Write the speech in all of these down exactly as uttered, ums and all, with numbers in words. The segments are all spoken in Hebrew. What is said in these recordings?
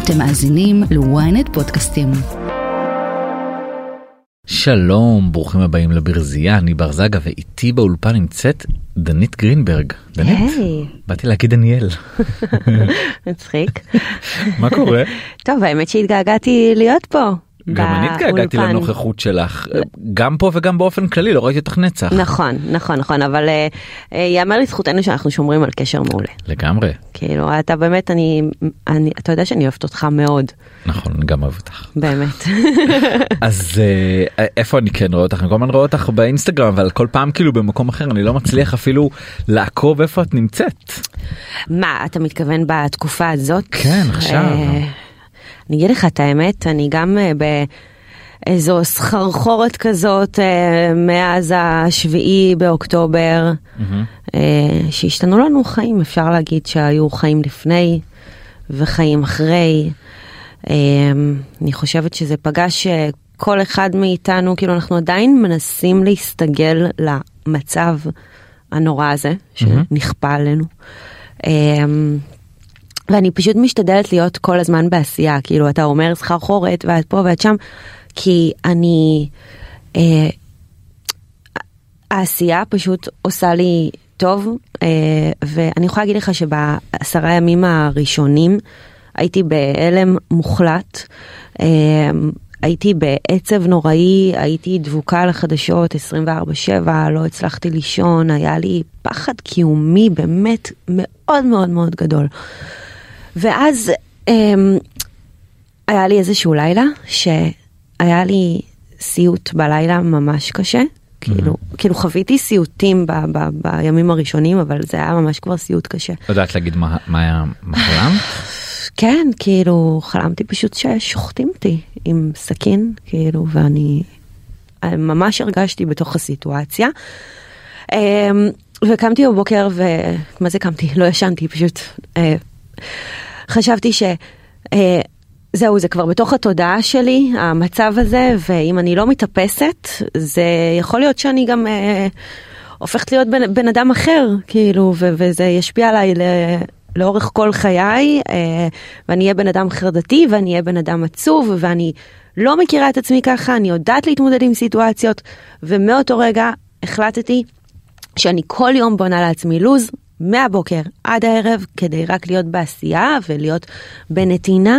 אתם מאזינים ל-ynet פודקאסטים. שלום, ברוכים הבאים לברזייה, אני ברזגה, ואיתי באולפן נמצאת דנית גרינברג. דנית, היי. באתי להגיד דניאל. מצחיק. מה קורה? טוב, האמת שהתגעגעתי להיות פה. גם אני התגעגעתי לנוכחות שלך, גם פה וגם באופן כללי, לא ראיתי אותך נצח. נכון, נכון, נכון, אבל יאמר לזכותנו שאנחנו שומרים על קשר מעולה. לגמרי. כאילו, אתה באמת, אני, אני, אתה יודע שאני אוהבת אותך מאוד. נכון, אני גם אוהב אותך. באמת. אז איפה אני כן רואה אותך? אני כל הזמן רואה אותך באינסטגרם, אבל כל פעם כאילו במקום אחר, אני לא מצליח אפילו לעקוב איפה את נמצאת. מה, אתה מתכוון בתקופה הזאת? כן, עכשיו. אני אגיד לך את האמת, אני גם באיזו סחרחורת כזאת מאז השביעי באוקטובר, שהשתנו לנו חיים, אפשר להגיד שהיו חיים לפני וחיים אחרי. אני חושבת שזה פגש כל אחד מאיתנו, כאילו אנחנו עדיין מנסים להסתגל למצב הנורא הזה שנכפה עלינו. ואני פשוט משתדלת להיות כל הזמן בעשייה, כאילו אתה אומר סחרחורת ואת פה ואת שם, כי אני, אה, העשייה פשוט עושה לי טוב, אה, ואני יכולה להגיד לך שבעשרה ימים הראשונים הייתי בהלם מוחלט, אה, הייתי בעצב נוראי, הייתי דבוקה לחדשות עשרים וארבע שבע, לא הצלחתי לישון, היה לי פחד קיומי באמת מאוד מאוד מאוד גדול. ואז אמ, היה לי איזשהו לילה שהיה לי סיוט בלילה ממש קשה, כאילו, כאילו חוויתי סיוטים ב, ב, בימים הראשונים, אבל זה היה ממש כבר סיוט קשה. יודעת להגיד מה, מה היה מחלם? כן, כאילו חלמתי פשוט ששוחטים אותי עם סכין, כאילו, ואני ממש הרגשתי בתוך הסיטואציה. אמ, וקמתי בבוקר, ומה זה קמתי? לא ישנתי, פשוט... אה, חשבתי ש... אה, זהו, זה כבר בתוך התודעה שלי, המצב הזה, ואם אני לא מתאפסת, זה יכול להיות שאני גם אה, הופכת להיות בן, בן אדם אחר, כאילו, ו- וזה ישפיע עליי ל- לאורך כל חיי, אה, ואני אהיה בן אדם חרדתי, ואני אהיה בן אדם עצוב, ואני לא מכירה את עצמי ככה, אני יודעת להתמודד עם סיטואציות, ומאותו רגע החלטתי שאני כל יום בונה לעצמי לוז, מהבוקר עד הערב, כדי רק להיות בעשייה ולהיות בנתינה,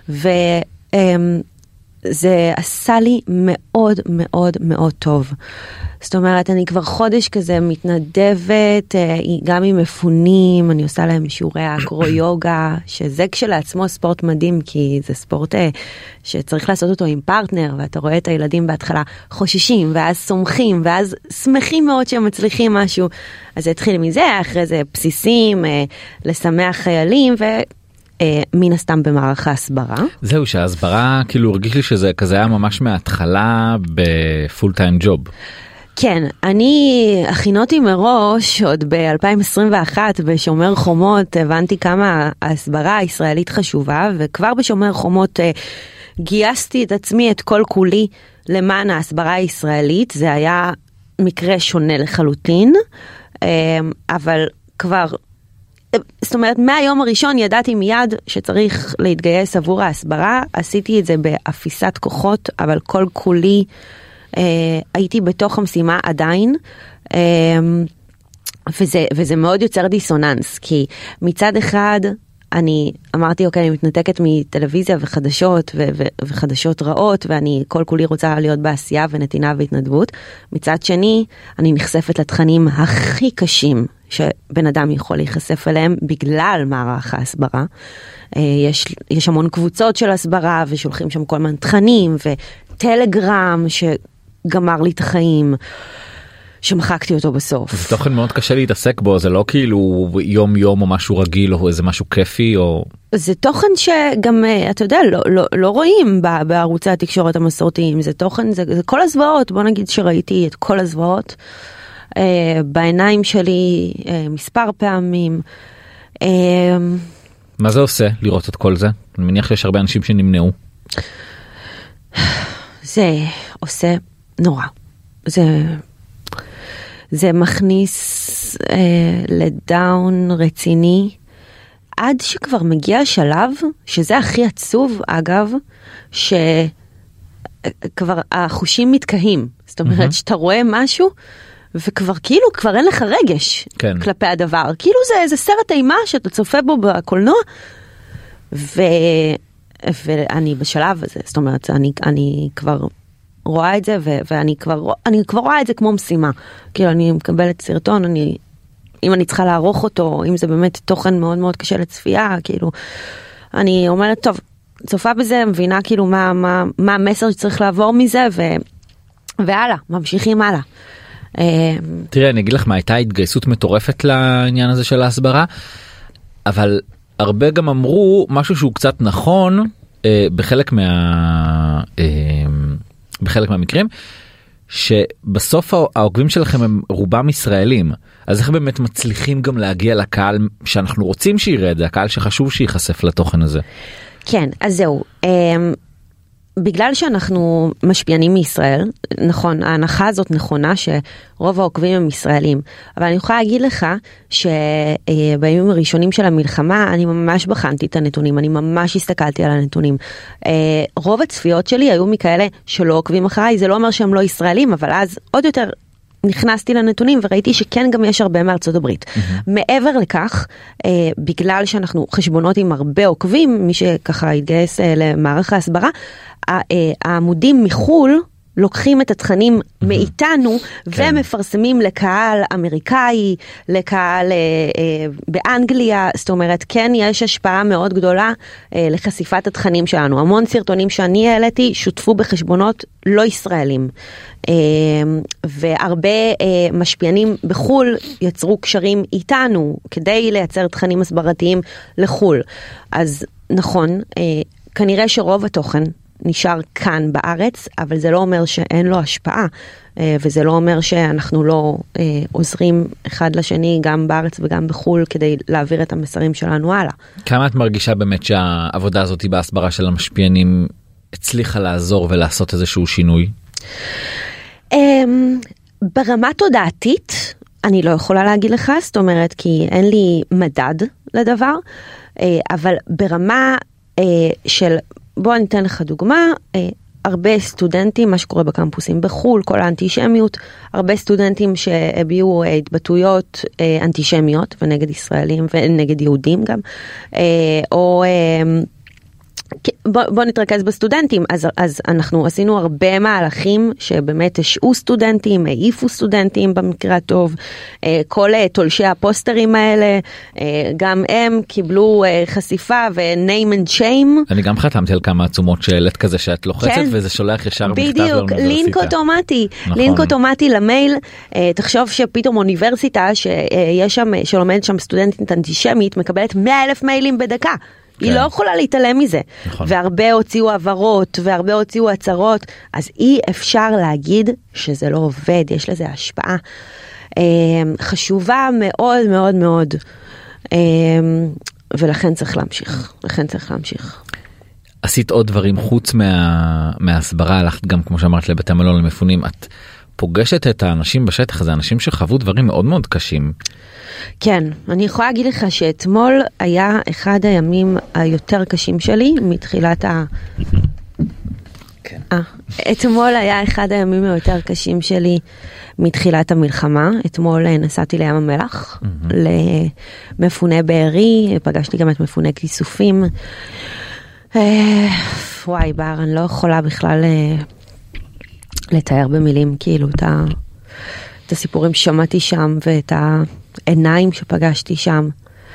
וזה עשה לי מאוד מאוד מאוד טוב. זאת אומרת, אני כבר חודש כזה מתנדבת, גם עם מפונים, אני עושה להם שיעורי האקרו-יוגה, שזה כשלעצמו ספורט מדהים, כי זה ספורט שצריך לעשות אותו עם פרטנר, ואתה רואה את הילדים בהתחלה חוששים, ואז סומכים, ואז שמחים מאוד שהם מצליחים משהו. אז זה התחיל מזה, אחרי זה בסיסים, לשמח חיילים, ו... מן הסתם במערך ההסברה. זהו, שההסברה כאילו הרגיש לי שזה כזה היה ממש מההתחלה בפול טיים ג'וב. כן, אני הכינותי מראש עוד ב-אלפיים עשרים ואחת בשומר חומות, הבנתי כמה ההסברה הישראלית חשובה, וכבר בשומר חומות גייסתי את עצמי, את כל כולי, למען ההסברה הישראלית. זה היה מקרה שונה לחלוטין, אבל כבר, זאת אומרת, מהיום הראשון ידעתי מיד שצריך להתגייס עבור ההסברה, עשיתי את זה באפיסת כוחות, אבל כל כולי, Uh, הייתי בתוך המשימה עדיין, uh, וזה, וזה מאוד יוצר דיסוננס, כי מצד אחד אני אמרתי, אוקיי, אני מתנתקת מטלוויזיה וחדשות ו- ו- וחדשות רעות, ואני כל כולי רוצה להיות בעשייה ונתינה והתנדבות. מצד שני, אני נחשפת לתכנים הכי קשים שבן אדם יכול להיחשף אליהם בגלל מערך ההסברה. Uh, יש, יש המון קבוצות של הסברה, ושולחים שם כל מיני תכנים, וטלגרם ש... גמר לי את החיים, שמחקתי אותו בסוף. זה תוכן מאוד קשה להתעסק בו, זה לא כאילו יום יום או משהו רגיל או איזה משהו כיפי או... זה תוכן שגם, אתה יודע, לא, לא, לא רואים בערוצי התקשורת המסורתיים, זה תוכן, זה, זה כל הזוועות, בוא נגיד שראיתי את כל הזוועות, אה, בעיניים שלי אה, מספר פעמים. אה, מה זה עושה לראות את כל זה? אני מניח שיש הרבה אנשים שנמנעו. זה עושה נורא. זה, זה מכניס אה, לדאון רציני. עד שכבר מגיע השלב, שזה הכי עצוב אגב, שכבר החושים מתקהים. זאת אומרת, שאתה רואה משהו, וכבר כאילו, כבר אין לך רגש כן. כלפי הדבר. כאילו זה איזה סרט אימה שאתה צופה בו בקולנוע, ו... ואני בשלב הזה, זאת אומרת, אני, אני כבר רואה את זה, ו... ואני כבר, אני כבר רואה את זה כמו משימה. כאילו, אני מקבלת סרטון, אני, אם אני צריכה לערוך אותו, אם זה באמת תוכן מאוד מאוד קשה לצפייה, כאילו, אני אומרת, טוב, צופה בזה, מבינה כאילו מה, מה, מה המסר שצריך לעבור מזה, ו... והלאה, ממשיכים הלאה. תראה, אני אגיד לך מה, הייתה התגייסות מטורפת לעניין הזה של ההסברה, אבל הרבה גם אמרו משהו שהוא קצת נכון אה, בחלק מה אה, בחלק מהמקרים, שבסוף העוקבים שלכם הם רובם ישראלים, אז איך באמת מצליחים גם להגיע לקהל שאנחנו רוצים שיראה את זה, הקהל שחשוב שיחשף לתוכן הזה? כן, אז זהו. אה, בגלל שאנחנו משפיענים מישראל, נכון, ההנחה הזאת נכונה שרוב העוקבים הם ישראלים, אבל אני יכולה להגיד לך שבימים הראשונים של המלחמה אני ממש בחנתי את הנתונים, אני ממש הסתכלתי על הנתונים. רוב הצפיות שלי היו מכאלה שלא עוקבים אחריי, זה לא אומר שהם לא ישראלים, אבל אז עוד יותר נכנסתי לנתונים וראיתי שכן גם יש הרבה מארצות הברית. Mm-hmm. מעבר לכך, אה, בגלל שאנחנו חשבונות עם הרבה עוקבים, מי שככה התגייס אה, למערך ההסברה, אה, אה, העמודים מחול לוקחים את התכנים mm-hmm. מאיתנו, כן. ומפרסמים לקהל אמריקאי, לקהל אה, אה, באנגליה, זאת אומרת, כן יש השפעה מאוד גדולה אה, לחשיפת התכנים שלנו. המון סרטונים שאני העליתי שותפו בחשבונות לא ישראלים. והרבה משפיענים בחול יצרו קשרים איתנו כדי לייצר תכנים הסברתיים לחול. אז נכון, כנראה שרוב התוכן נשאר כאן בארץ, אבל זה לא אומר שאין לו השפעה, וזה לא אומר שאנחנו לא עוזרים אחד לשני גם בארץ וגם בחול כדי להעביר את המסרים שלנו הלאה. כמה את מרגישה באמת שהעבודה הזאת בהסברה של המשפיענים הצליחה לעזור ולעשות איזשהו שינוי? ברמה תודעתית אני לא יכולה להגיד לך, זאת אומרת כי אין לי מדד לדבר, אבל ברמה של, בוא ניתן לך דוגמה, הרבה סטודנטים, מה שקורה בקמפוסים בחול, כל האנטישמיות, הרבה סטודנטים שהביאו התבטאויות אנטישמיות ונגד ישראלים ונגד יהודים גם, או בוא, בוא נתרכז בסטודנטים, אז, אז אנחנו עשינו הרבה מהלכים שבאמת השעו סטודנטים, העיפו סטודנטים במקרה הטוב, כל תולשי הפוסטרים האלה, גם הם קיבלו חשיפה ו-name and shame. אני גם חתמתי על כמה עצומות שאלת כזה שאת לוחצת כן. וזה שולח ישר מכתב לאוניברסיטה. בדיוק, לינק אוטומטי, נכון. לינק אוטומטי למייל, תחשוב שפתאום אוניברסיטה שיש שם, שלומדת שם סטודנטית אנטישמית, מקבלת מאה אלף מיילים בדקה. היא לא יכולה להתעלם מזה. והרבה הוציאו עברות, והרבה הוציאו הצהרות, אז אי אפשר להגיד שזה לא עובד, יש לזה השפעה חשובה מאוד מאוד מאוד, ולכן צריך להמשיך, לכן צריך להמשיך. עשית עוד דברים חוץ מההסברה, הלכת גם כמו שאמרת לבתי מלון למפונים, את פוגשת את האנשים בשטח, זה אנשים שחוו דברים מאוד מאוד קשים. כן, אני יכולה להגיד לך שאתמול היה אחד הימים היותר קשים שלי מתחילת ה... כן. 아, אתמול היה אחד הימים היותר קשים שלי מתחילת המלחמה. אתמול נסעתי לים המלח, mm-hmm. למפוני בארי, פגשתי גם את מפוני כיסופים. וואי, בר, אני לא יכולה בכלל לתאר במילים, כאילו, את, ה... את הסיפורים ששמעתי שם, ואת העיניים שפגשתי שם.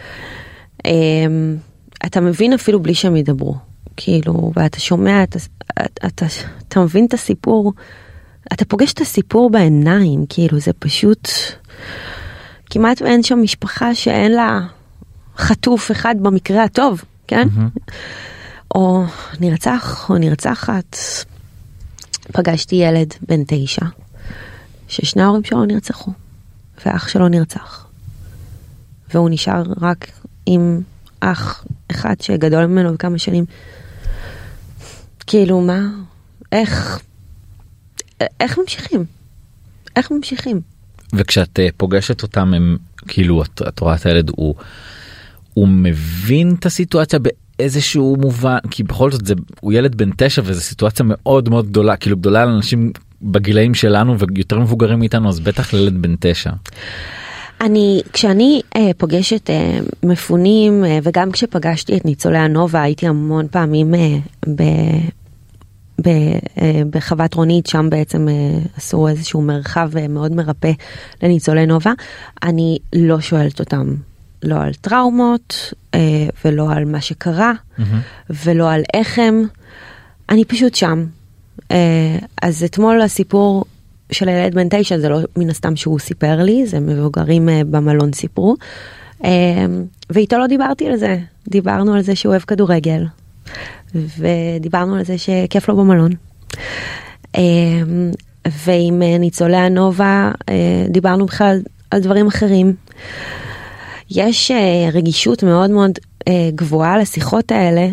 אתה מבין אפילו בלי שהם ידברו. כאילו, ואתה שומע, אתה, אתה, אתה מבין את הסיפור, אתה פוגש את הסיפור בעיניים, כאילו, זה פשוט, כמעט ואין שם משפחה שאין לה חטוף אחד במקרה הטוב, כן? Mm-hmm. או נרצח, או נרצחת. פגשתי ילד בן תשע, ששני ההורים שלו נרצחו, ואח שלו נרצח. והוא נשאר רק עם אח אחד שגדול ממנו בכמה שנים. כאילו, מה? איך? איך ממשיכים? איך ממשיכים? וכשאת פוגשת אותם, הם, כאילו, את, את רואה את הילד, הוא, הוא מבין את הסיטואציה באיזשהו מובן, כי בכל זאת זה, הוא ילד בן תשע וזו סיטואציה מאוד מאוד גדולה, כאילו גדולה לאנשים בגילאים שלנו ויותר מבוגרים מאיתנו, אז בטח לילד בן תשע. אני, כשאני אה, פוגשת אה, מפונים, אה, וגם כשפגשתי את ניצולי הנובה, הייתי המון פעמים אה, ב, ב, אה, בחוות רונית, שם בעצם אה, עשו איזשהו מרחב אה, מאוד מרפא לניצולי נובה, אני לא שואלת אותם, לא על טראומות, אה, ולא על מה שקרה, mm-hmm. ולא על איך הם, אני פשוט שם. אה, אז אתמול הסיפור, של הילד בן תשע, זה לא מן הסתם שהוא סיפר לי, זה מבוגרים במלון סיפרו, ואיתו לא דיברתי על זה, דיברנו על זה שהוא אוהב כדורגל, ודיברנו על זה שכיף לו במלון, ועם ניצולי הנובה דיברנו בכלל על דברים אחרים. יש רגישות מאוד מאוד גבוהה לשיחות האלה,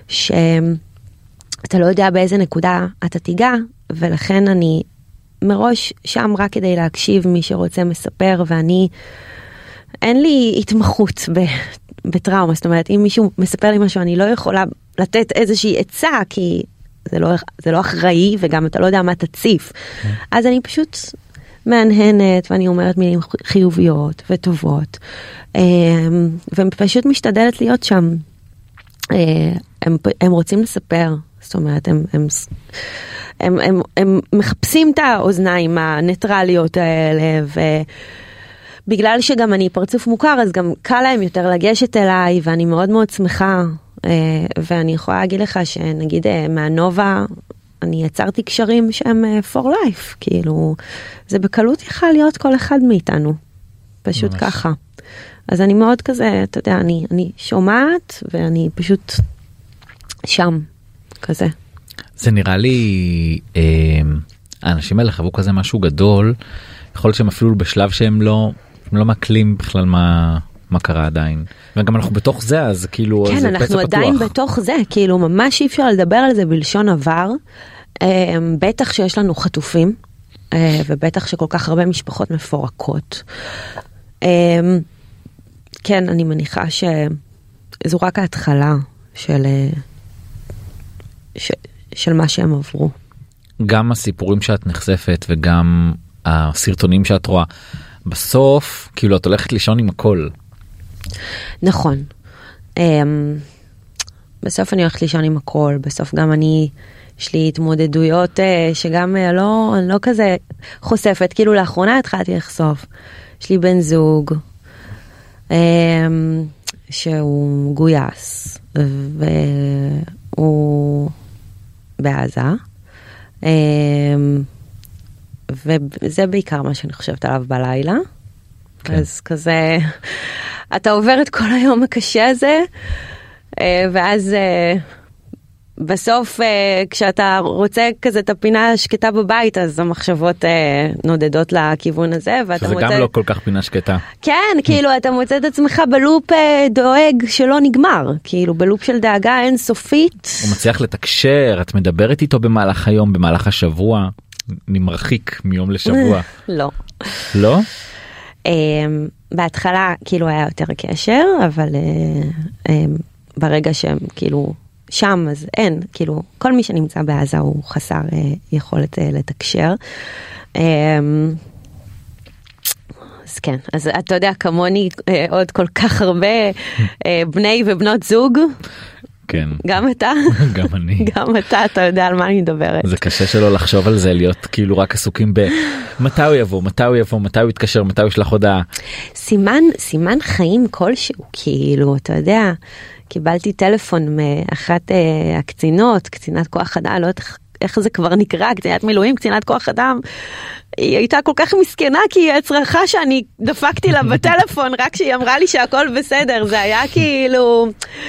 שאתה לא יודע באיזה נקודה אתה תיגע, ולכן אני מראש שם רק כדי להקשיב, מי שרוצה מספר, ואני, אין לי התמחות ב, בטראומה, זאת אומרת, אם מישהו מספר לי משהו, אני לא יכולה לתת איזושהי עצה, כי זה לא, זה לא אחראי, וגם אתה לא יודע מה תציף. אז אני פשוט מהנהנת, ואני אומרת מילים חיוביות וטובות, ופשוט משתדלת להיות שם. הם, הם רוצים לספר, זאת אומרת, הם, הם, הם, הם, הם מחפשים את האוזניים הניטרליות האלה, ובגלל שגם אני פרצוף מוכר, אז גם קל להם יותר לגשת אליי, ואני מאוד מאוד שמחה, ואני יכולה להגיד לך שנגיד מהנובה, אני יצרתי קשרים שהם for life, כאילו, זה בקלות יכל להיות כל אחד מאיתנו, פשוט ממש. ככה. אז אני מאוד כזה, אתה יודע, אני, אני שומעת, ואני פשוט שם, כזה. זה נראה לי, אה, האנשים האלה חוו כזה משהו גדול, יכול להיות שהם אפילו בשלב שהם לא, הם לא מקלים בכלל מה, מה קרה עדיין. וגם אנחנו בתוך זה, אז כאילו, כן, זה אנחנו פצע עדיין פתוח. בתוך זה, כאילו, ממש אי אפשר לדבר על זה בלשון עבר, אה, בטח שיש לנו חטופים, אה, ובטח שכל כך הרבה משפחות מפורקות. אה, כן, אני מניחה שזו רק ההתחלה של, של, של מה שהם עברו. גם הסיפורים שאת נחשפת וגם הסרטונים שאת רואה, בסוף, כאילו, את הולכת לישון עם הכל. נכון. בסוף אני הולכת לישון עם הכל, בסוף גם אני, יש לי התמודדויות שגם לא, לא כזה חושפת, כאילו לאחרונה התחלתי לחשוף. יש לי בן זוג, שהוא גויס, והוא בעזה, וזה בעיקר מה שאני חושבת עליו בלילה. כן. אז כזה, אתה עובר את כל היום הקשה הזה, ואז בסוף כשאתה רוצה כזה את הפינה שקטה בבית, אז המחשבות נודדות לכיוון הזה. שזה גם לא כל כך פינה שקטה. כן, כאילו אתה מוצא את עצמך בלופ דואג שלא נגמר, כאילו בלופ של דאגה אינסופית. הוא מצליח לתקשר, את מדברת איתו במהלך היום, במהלך השבוע, אני מרחיק מיום לשבוע. לא. לא? בהתחלה כאילו היה יותר קשר, אבל ברגע שהם כאילו שם, אז אין, כאילו, כל מי שנמצא בעזה הוא חסר אה, יכולת אה, לתקשר. אה, אז כן, אז אתה יודע, כמוני אה, עוד כל כך הרבה אה, בני ובנות זוג. כן. גם אתה? גם אני. גם אתה, אתה יודע על מה אני מדברת. זה קשה שלא לחשוב על זה, להיות כאילו רק עסוקים במתי הוא יבוא, מתי הוא יבוא, מתי הוא יתקשר, מתי הוא ישלח הודעה. סימן, סימן חיים כלשהו, כאילו, אתה יודע, קיבלתי טלפון מאחת אה, הקצינות, קצינת כוח אדם, לא יודעת איך זה כבר נקרא, קצינת מילואים, קצינת כוח אדם. היא הייתה כל כך מסכנה, כי היא הצרחה שאני דפקתי לה בטלפון, רק שהיא אמרה לי שהכל בסדר, זה היה כאילו...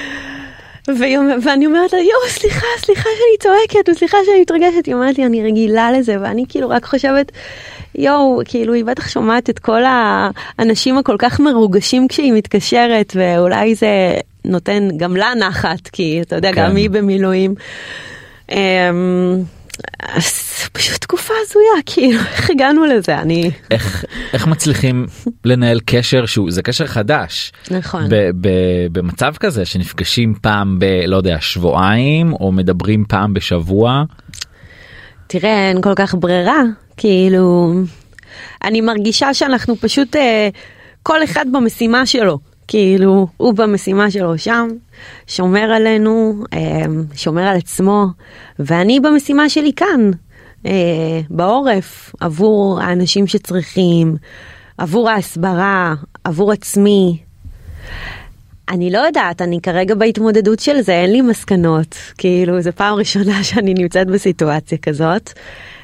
ואני אומרת לה, יואו, סליחה, סליחה שאני צועקת, וסליחה שאני מתרגשת, היא אומרת לי, אני רגילה לזה, ואני כאילו רק חושבת, יואו, כאילו היא בטח שומעת את כל האנשים הכל כך מרוגשים כשהיא מתקשרת, ואולי זה נותן גם לה נחת, כי אתה יודע, גם היא במילואים. פשוט תקופה הזויה, כאילו, איך הגענו לזה? אני... איך, איך מצליחים לנהל קשר שהוא, זה קשר חדש. נכון. ב, ב, במצב כזה שנפגשים פעם ב, לא יודע, שבועיים, או מדברים פעם בשבוע? תראה, אין כל כך ברירה, כאילו, אני מרגישה שאנחנו פשוט, כל אחד במשימה שלו. כאילו, הוא במשימה שלו שם, שומר עלינו, שומר על עצמו, ואני במשימה שלי כאן, בעורף, עבור האנשים שצריכים, עבור ההסברה, עבור עצמי. אני לא יודעת, אני כרגע בהתמודדות של זה, אין לי מסקנות, כאילו, זו פעם ראשונה שאני נמצאת בסיטואציה כזאת.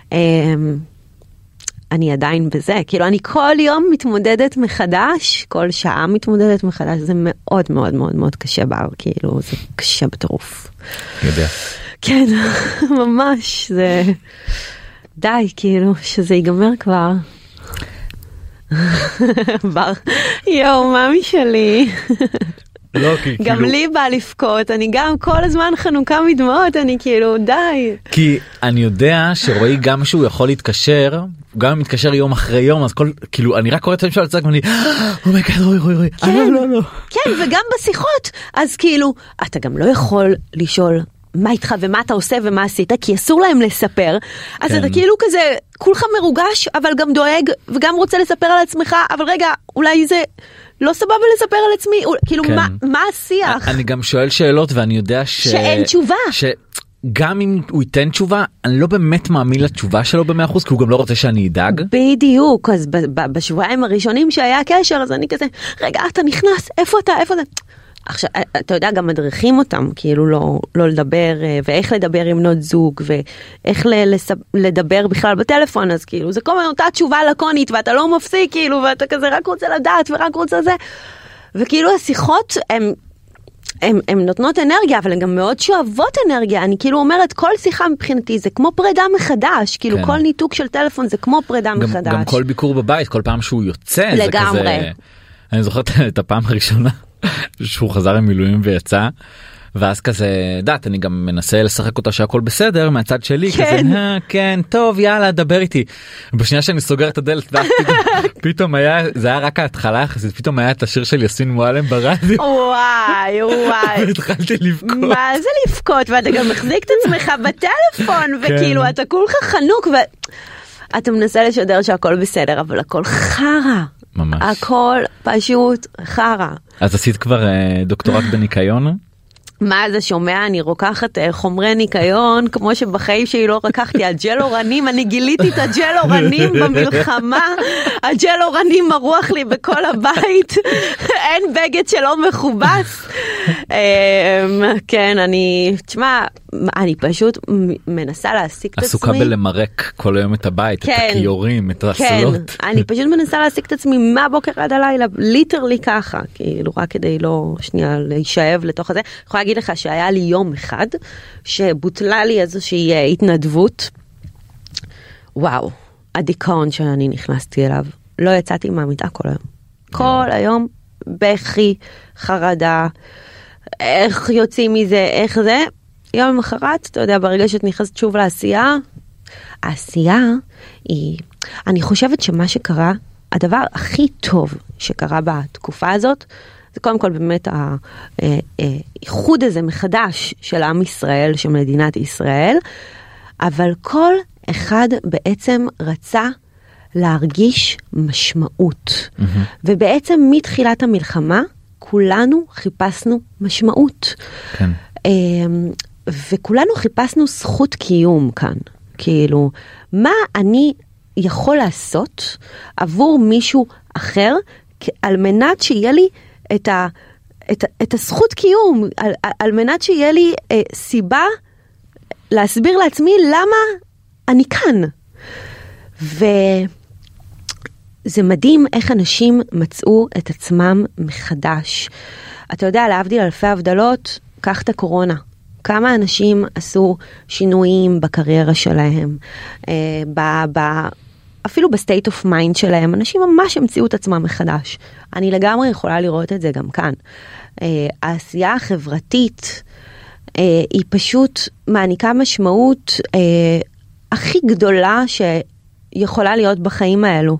אני עדיין בזה, כאילו אני כל יום מתמודדת מחדש, כל שעה מתמודדת מחדש, זה מאוד מאוד מאוד מאוד קשה בה, כאילו זה קשה בטירוף. יודע. כן, ממש, זה די, כאילו, שזה ייגמר כבר. בר, יואו, מאמי שלי. לא, כי, גם כאילו... לי בא לפקות, אני גם כל הזמן חנוכה מדמעות, אני כאילו, די. כי אני יודע שרואי גם שהוא יכול להתקשר, גם אם מתקשר יום אחרי יום, אז כל, כאילו, אני רק קוראת להם של הצג ואני, אומייגד, רואי, רואי, רואי, כן, לא, לא, לא. כן, וגם בשיחות, אז כאילו, אתה גם לא יכול לשאול מה איתך ומה אתה עושה ומה עשית, כי אסור להם לספר, אז כן. אתה כאילו כזה, כולך מרוגש, אבל גם דואג, וגם רוצה לספר על עצמך, אבל רגע, אולי זה... לא סבבה לספר על עצמי, כאילו כן. מה, מה השיח? אני גם שואל שאלות ואני יודע ש... שאין תשובה. שגם אם הוא ייתן תשובה, אני לא באמת מאמין לתשובה שלו במאה אחוז, כי הוא גם לא רוצה שאני אדאג. בדיוק, אז בשבועיים הראשונים שהיה קשר, אז אני כזה, רגע, אתה נכנס, איפה אתה, איפה אתה? עכשיו, אתה יודע, גם מדריכים אותם, כאילו לא, לא לדבר, ואיך לדבר עם בנות זוג, ואיך לדבר בכלל בטלפון, אז כאילו, זה כל מיני אותה תשובה לקונית, ואתה לא מפסיק, כאילו, ואתה כזה רק רוצה לדעת, ורק רוצה זה. וכאילו, השיחות, הם, הם, הם נותנות אנרגיה, אבל הן גם מאוד שואבות אנרגיה. אני כאילו אומרת, כל שיחה מבחינתי, זה כמו פרידה מחדש, כאילו, כן. כל ניתוק של טלפון, זה כמו פרידה גם, מחדש. גם כל ביקור בבית, כל פעם שהוא יוצא, לגמרי. זה כזה... אני זוכרת את הפעם הראשונה שהוא חזר עם מילואים ויצא, ואז כזה, דעת, אני גם מנסה לשחק אותה שהכל בסדר, מהצד שלי, כן. כזה, אה, כן, טוב, יאללה, דבר איתי. בשנייה שאני סוגר את הדלת, ואז פתאום, פתאום היה, זה היה רק ההתחלה יחסית, פתאום היה את השיר של יסמין מועלם ברדיו. וואי, וואי. והתחלתי לבכות. מה זה לבכות? ואתה גם מחזיק את עצמך בטלפון, וכאילו, אתה כולך חנוק, ואתה מנסה לשדר שהכל בסדר, אבל הכל חרה. ממש. הכל פשוט חרה. אז עשית כבר דוקטורט בניקיון? מה זה שומע? אני רוקחת חומרי ניקיון, כמו שבחיים שלי לא רקחתי הג'ל אורנים, אני גיליתי את הג'ל אורנים במלחמה, הג'ל אורנים מרוח לי בכל הבית, אין בגד שלא מכובס. כן, אני, תשמע, אני פשוט מנסה להסיק את עצמי. עסוקה בלמרק כל היום את הבית, את הכיורים, את הסלות. כן, אני פשוט מנסה להסיק את עצמי מהבוקר עד הלילה, ליטרלי ככה, כאילו רק כדי לא שנייה להישאב לתוך הזה. יכולה להגיד לך שהיה לי יום אחד, שבוטלה לי איזושהי התנדבות. וואו, הדיכאון שאני נכנסתי אליו, לא יצאתי מהמיטה כל היום. כל היום בכי, חרדה, איך יוצאים מזה, איך זה. יום למחרת, אתה יודע, ברגע שאת נכנסת שוב לעשייה, העשייה היא, אני חושבת שמה שקרה, הדבר הכי טוב שקרה בתקופה הזאת, זה קודם כל באמת האיחוד הזה מחדש של עם ישראל, של מדינת ישראל, אבל כל אחד בעצם רצה להרגיש משמעות. Mm-hmm. ובעצם מתחילת המלחמה, כולנו חיפשנו משמעות. כן. וכולנו חיפשנו זכות קיום כאן. כאילו, מה אני יכול לעשות עבור מישהו אחר, על מנת שיהיה לי את, ה, את, את הזכות קיום, על, על מנת שיהיה לי אה, סיבה להסביר לעצמי למה אני כאן. וזה מדהים איך אנשים מצאו את עצמם מחדש. אתה יודע, להבדיל אלפי הבדלות, קח את הקורונה. כמה אנשים עשו שינויים בקריירה שלהם, אה, ב, ב, אפילו בסטייט אוף מיינד שלהם, אנשים ממש המציאו את עצמם מחדש. אני לגמרי יכולה לראות את זה גם כאן. אה, העשייה החברתית, אה, היא פשוט מעניקה משמעות אה, הכי גדולה שיכולה להיות בחיים האלו.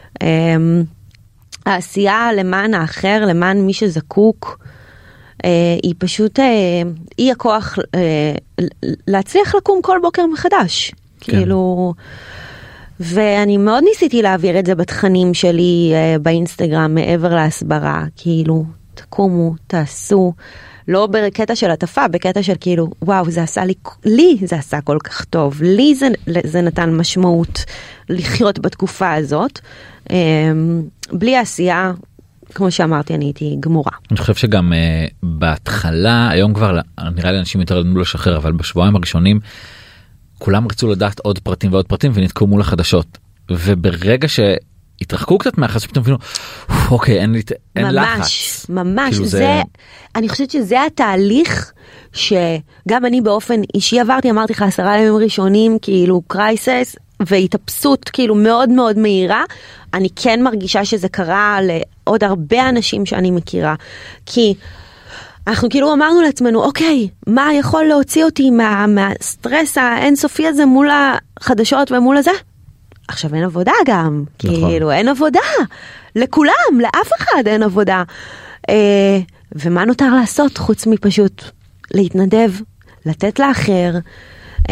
העשייה למען האחר, למען מי שזקוק, היא פשוט, היא הכוח להצליח לקום כל בוקר מחדש. כאילו, ואני מאוד ניסיתי להעביר את זה בתכנים שלי באינסטגרם, מעבר להסברה, כאילו, תקומו, תעשו, לא בקטע של עטפה, בקטע של כאילו, וואו, זה עשה לי, לי זה עשה כל כך טוב, לי זה, זה נתן משמעות לחיות בתקופה הזאת, בלי עשייה, כמו שאמרתי, אני הייתי גמורה. אני חושב שגם uh, בהתחלה, היום כבר נראה לי אנשים יותר לנו לשחרר, אבל בשבועיים הראשונים, כולם רצו לדעת עוד פרטים ועוד פרטים ונתקעו מול החדשות. וברגע שהתרחקו קצת מהחדשות, פתאום הבינו, אוקיי, אין, אין ממש, לחץ. ממש, כאילו זה, זה... אני חושבת שזה התהליך שגם אני באופן אישי עברתי, אמרתי לך עשרה ימים ראשונים, כאילו קרייסס, והתאפסות כאילו מאוד מאוד מהירה. אני כן מרגישה שזה קרה לעוד הרבה אנשים שאני מכירה, כי אנחנו כאילו אמרנו לעצמנו, אוקיי, מה יכול להוציא אותי מה, מהסטרס האינסופי הזה מול החדשות ומול הזה? עכשיו אין עבודה גם, נכון. כאילו אין עבודה, לכולם, לאף אחד אין עבודה. אה, ומה נותר לעשות חוץ מפשוט להתנדב, לתת לאחר, אה,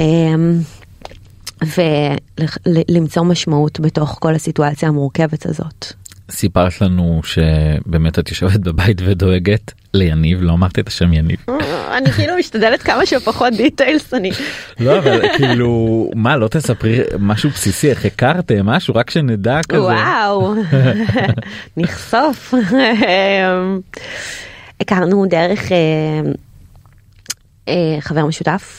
ולמצוא משמעות בתוך כל הסיטואציה המורכבת הזאת. סיפרת לנו שבאמת את יושבת בבית ודואגת ליניב, לא אמרת את השם יניב. אני כאילו משתדלת כמה שפחות דיטיילס, אני... לא, אבל כאילו, מה, לא תספרי משהו בסיסי, איך הכרתם, משהו, רק שנדע כזה. וואו, נחשוף. הכרנו דרך חבר משותף.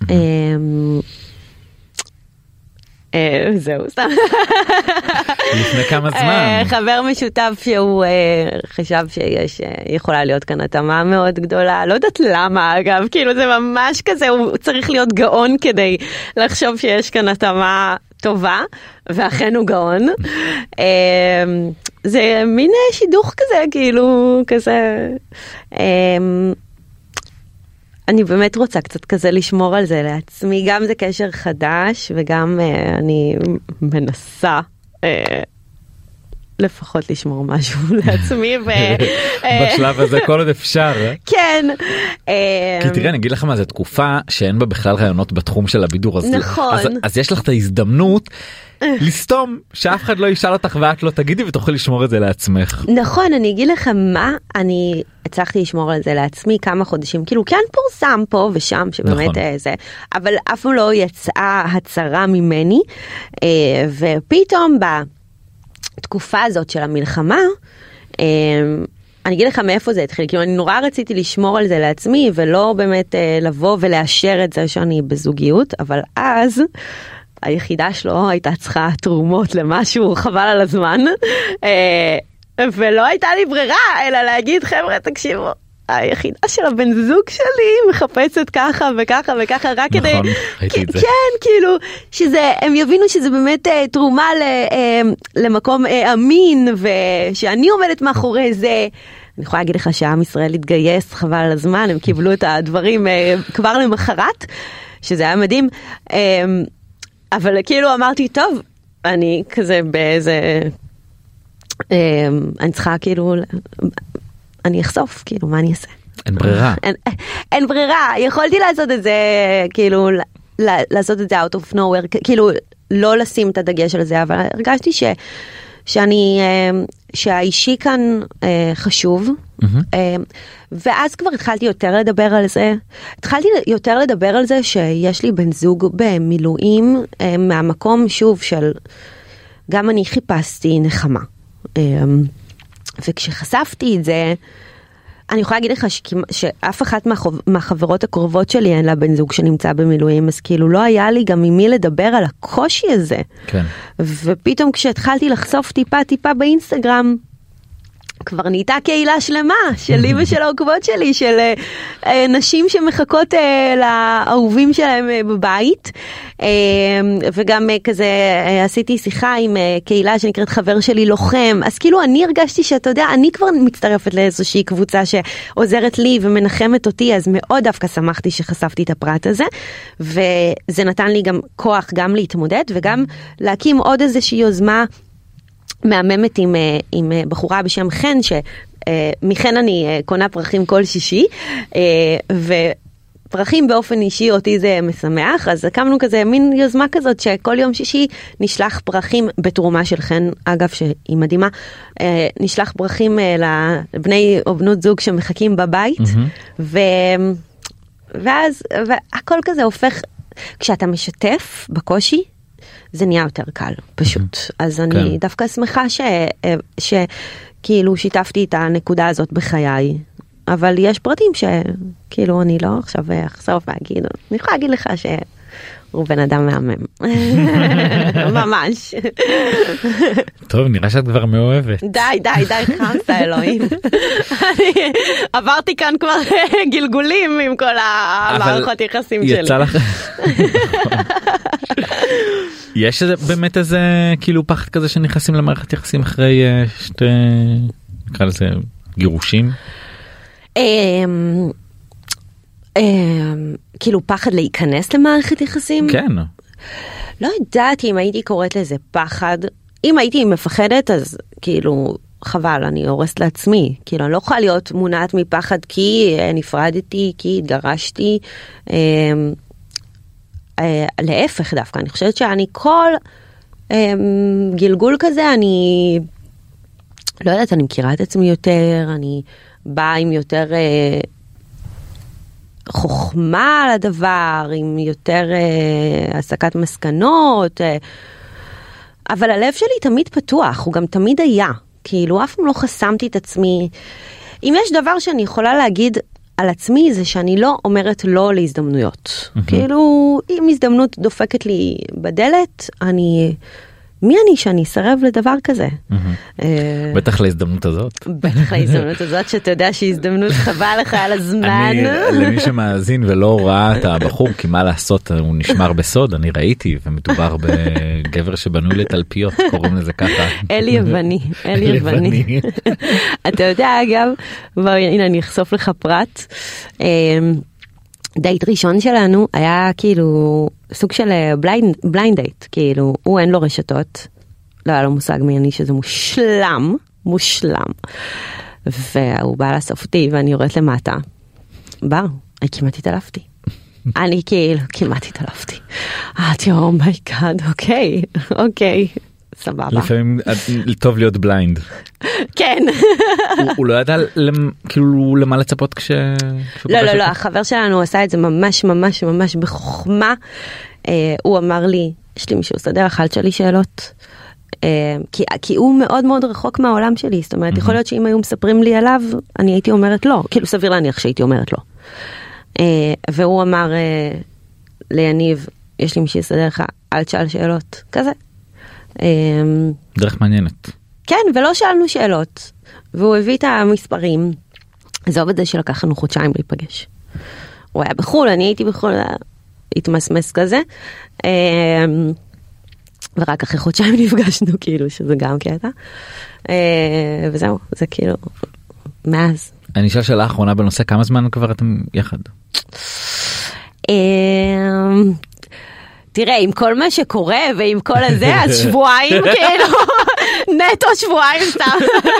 זהו, סתם. לפני כמה זמן. חבר משותף שהוא חשב שיש, יכולה להיות כאן התאמה מאוד גדולה, לא יודעת למה אגב, כאילו זה ממש כזה, הוא צריך להיות גאון כדי לחשוב שיש כאן התאמה טובה, ואכן הוא גאון. זה מין שידוך כזה, כאילו, כזה... אני באמת רוצה קצת כזה לשמור על זה לעצמי, גם זה קשר חדש, וגם אה, אני מנסה אה, לפחות לשמור משהו לעצמי. ו, אה, בשלב הזה כל עוד אפשר. אה? כן. אה, כי תראה, אני אגיד לך מה, זו תקופה שאין בה בכלל רעיונות בתחום של הבידור. אז, נכון. אז, אז יש לך את ההזדמנות לסתום, שאף אחד לא ישאל אותך ואת לא תגידי ותוכל לשמור את זה לעצמך. נכון, אני אגיד לך מה, אני הצלחתי לשמור על זה לעצמי כמה חודשים, כאילו כן פורסם פה ושם שבאמת נכון. זה, אבל אף פעם לא יצאה הצהרה ממני, ופתאום בתקופה הזאת של המלחמה, אני אגיד לך מאיפה זה התחיל, כאילו אני נורא רציתי לשמור על זה לעצמי, ולא באמת לבוא ולאשר את זה שאני בזוגיות, אבל אז... היחידה שלו הייתה צריכה תרומות למשהו חבל על הזמן, ולא הייתה לי ברירה, אלא להגיד, חבר'ה, תקשיבו, היחידה של הבן זוג שלי מחפשת ככה וככה וככה, רק כדי... נכון, ראיתי את זה. כן, כאילו, שזה, הם יבינו שזה באמת תרומה למקום אמין, ושאני עומדת מאחורי זה. אני יכולה להגיד לך שהעם ישראל התגייס, חבל על הזמן, הם קיבלו את הדברים כבר למחרת, שזה היה מדהים. אבל כאילו אמרתי, טוב, אני כזה באיזה, אני צריכה כאילו, אני אחשוף, כאילו, מה אני אעשה? אין ברירה. אין, אין ברירה, יכולתי לעשות את זה, כאילו, לעשות את זה out of nowhere, כאילו, לא לשים את הדגש על זה, אבל הרגשתי ש, שאני, שהאישי כאן חשוב, ואז כבר התחלתי יותר לדבר על זה, התחלתי יותר לדבר על זה שיש לי בן זוג במילואים, מהמקום שוב של, גם אני חיפשתי נחמה, וכשחשפתי את זה, אני יכולה להגיד לך שאף אחת מהחברות הקרובות שלי אין לה בן זוג שנמצא במילואים, אז כאילו לא היה לי גם עם מי לדבר על הקושי הזה. כן. ופתאום כשהתחלתי לחשוף טיפה טיפה באינסטגרם, כבר נהייתה קהילה שלמה שלי ושל העוקבות שלי, של אה, נשים שמחכות אה, לאהובים שלהם אה, בבית, אה, וגם אה, כזה אה, עשיתי שיחה עם אה, קהילה שנקראת חבר שלי לוחם, אז כאילו אני הרגשתי שאתה יודע, אני כבר מצטרפת לאיזושהי קבוצה שעוזרת לי ומנחמת אותי, אז מאוד דווקא שמחתי שחשפתי את הפרט הזה, וזה נתן לי גם כוח גם להתמודד, וגם להקים עוד איזושהי יוזמה, מהממת עם, עם בחורה בשם חן, שמחן אני קונה פרחים כל שישי, ופרחים באופן אישי אותי זה משמח, אז הקמנו כזה מין יוזמה כזאת, שכל יום שישי נשלח פרחים בתרומה של חן, אגב שהיא מדהימה, נשלח פרחים לבני או בנות זוג שמחכים בבית, mm-hmm. ו... ואז והכל כזה הופך, כשאתה משתף בקושי, זה נהיה יותר קל, פשוט. אז אני דווקא שמחה שכאילו שיתפתי את הנקודה הזאת בחיי, אבל יש פרטים שכאילו אני לא עכשיו אחשוף ואגיד, אני יכולה להגיד לך שהוא בן אדם מהמם. ממש. טוב, נראה שאת כבר מאוהבת. די, די, די, חמסת אלוהים. עברתי כאן כבר גלגולים עם כל המערכות יחסים שלי. יצא לך... יש באמת איזה כאילו פחד כזה שנכנסים למערכת יחסים אחרי שתי, נקרא לזה, גירושים? כאילו פחד להיכנס למערכת יחסים? כן. לא יודעת אם הייתי קוראת לזה פחד. אם הייתי מפחדת אז כאילו חבל, אני הורסת לעצמי. כאילו אני לא יכולה להיות מונעת מפחד כי נפרדתי, כי התגרשתי. להפך דווקא, אני חושבת שאני כל גלגול כזה, אני לא יודעת, אני מכירה את עצמי יותר, אני באה עם יותר חוכמה על הדבר, עם יותר הסקת מסקנות, אבל הלב שלי תמיד פתוח, הוא גם תמיד היה, כאילו אף פעם לא חסמתי את עצמי. אם יש דבר שאני יכולה להגיד על עצמי, זה שאני לא אומרת לא להזדמנויות. Mm-hmm. כאילו, אם הזדמנות דופקת לי בדלת, אני... מי אני שאני אסרב לדבר כזה? Mm-hmm. בטח להזדמנות הזאת. בטח להזדמנות הזאת, שאתה יודע שהיא הזדמנות חבל לך על הזמן. אני, למי שמאזין ולא ראה את הבחור, כי מה לעשות, הוא נשמר בסוד, אני ראיתי, ומדובר בגבר שבנוי לתלפיות, קוראים לזה ככה. אלי יווני, אלי יווני. אתה יודע, אגב, הנה אני אחשוף לך פרט, דייט ראשון שלנו היה כאילו סוג של בליינד, בליינד דייט, כאילו הוא אין לו רשתות, לא היה לו מושג מי אני, שזה מושלם, מושלם, והוא בא לאסוף אותי ואני יורדת למטה, בר, אני כמעט התעלפתי, אני כאילו כמעט התעלפתי, אמרתי אומייגאד, אוקיי, אוקיי, סבבה. לפעמים טוב להיות בליינד. כן. הוא לא ידע כאילו למה לצפות כש... לא, לא, לא, החבר שלנו עשה את זה ממש ממש ממש בחוכמה. הוא אמר לי, יש לי מישהו סדר, אכלת שלי שאלות. כי הוא מאוד מאוד רחוק מהעולם שלי, זאת אומרת, יכול להיות שאם היו מספרים לי עליו, אני הייתי אומרת לא, כאילו סביר להניח שהייתי אומרת לא. והוא אמר ליניב, יש לי מישהו סדר לך, אל תשאל שאלות, כזה. דרך מעניינת. כן, ולא שאלנו שאלות. והוא הביא את המספרים. זה עובד זה שלקח לנו חודשיים להיפגש. הוא היה בחול, אני הייתי בחול, התמסמס כזה. ורק אחרי חודשיים נפגשנו, כאילו, שזה גם קטע. וזהו, זה כאילו, מאז. אני אשאל שאלה האחרונה בנושא, כמה זמן כבר אתם יחד? תראה, עם כל מה שקורה ועם כל הזה, אז שבועיים כאילו, נטו שבועיים סתם.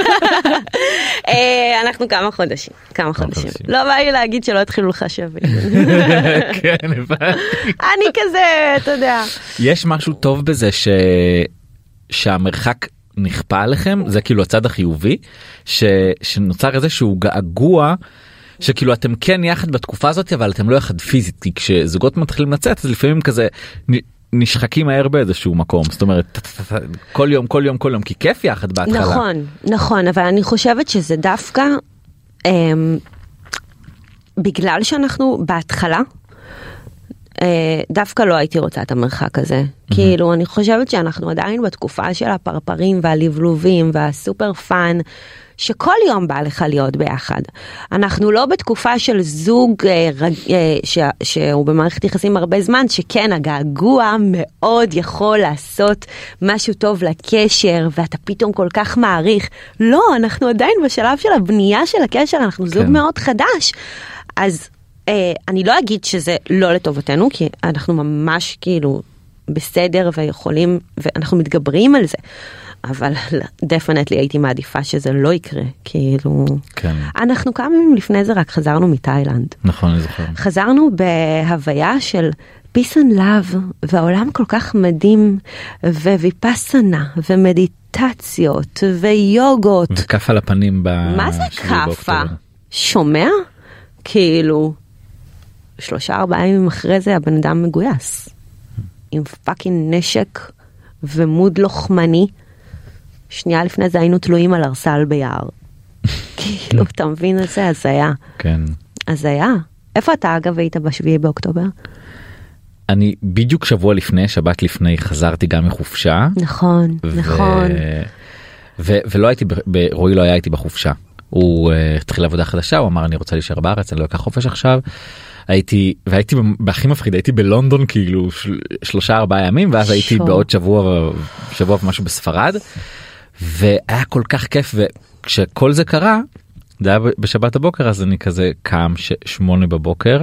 אנחנו כמה חודשים, כמה חודשים. לא בא לי להגיד שלא התחילו לחשבים. כן, הבנתי. אני כזה, אתה יודע. יש משהו טוב בזה שהמרחק נכפה עליכם, זה כאילו הצד החיובי, שנוצר איזשהו געגוע, שכאילו אתם כן יחד בתקופה הזאת, אבל אתם לא יחד פיזית, כי כשזוגות מתחילים לצאת, אז לפעמים כזה נשחקים מהר באיזשהו מקום, זאת אומרת, כל יום, כל יום, כל יום, כי כיף יחד בהתחלה. נכון, נכון, אבל אני חושבת שזה דווקא, אה, בגלל שאנחנו בהתחלה, אה, דווקא לא הייתי רוצה את המרחק הזה. Mm-hmm. כאילו, אני חושבת שאנחנו עדיין בתקופה של הפרפרים והלבלובים והסופר פאן, שכל יום בא לך להיות ביחד. אנחנו לא בתקופה של זוג אה, רג, אה, ש, שהוא במערכת יחסים הרבה זמן, שכן הגעגוע מאוד יכול לעשות משהו טוב לקשר, ואתה פתאום כל כך מעריך. לא, אנחנו עדיין בשלב של הבנייה של הקשר, אנחנו זוג כן. מאוד חדש. אז אה, אני לא אגיד שזה לא לטובתנו, כי אנחנו ממש כאילו בסדר ויכולים, ואנחנו מתגברים על זה. אבל דפנטלי הייתי מעדיפה שזה לא יקרה, כאילו... כן. אנחנו כמה ימים לפני זה רק חזרנו מתאילנד. נכון, אני זוכר. חזרנו בהוויה של peace and love, והעולם כל כך מדהים, וויפסנה, ומדיטציות, ויוגות. וכף על הפנים ב... מה זה כפה? שומע? כאילו, שלושה ארבעה ימים אחרי זה הבן אדם מגויס. עם פאקינג נשק, ומוד לוחמני, שנייה לפני זה היינו תלויים על ארסל ביער. כאילו, אתה מבין את זה? אז היה. כן. אז היה. איפה אתה אגב היית בשביעי באוקטובר? אני בדיוק שבוע לפני, שבת לפני, חזרתי גם מחופשה. נכון, נכון. ולא הייתי, רועי לא היה איתי בחופשה. הוא התחיל עבודה חדשה, הוא אמר אני רוצה להישאר בארץ, אני לא אקח חופש עכשיו. הייתי, והייתי בהכי מפחיד, הייתי בלונדון כאילו שלושה ארבעה ימים, ואז הייתי בעוד שבוע, שבוע ומשהו בספרד. והיה כל כך כיף, וכשכל זה קרה, זה היה בשבת הבוקר, אז אני כזה קם שמונה בבוקר,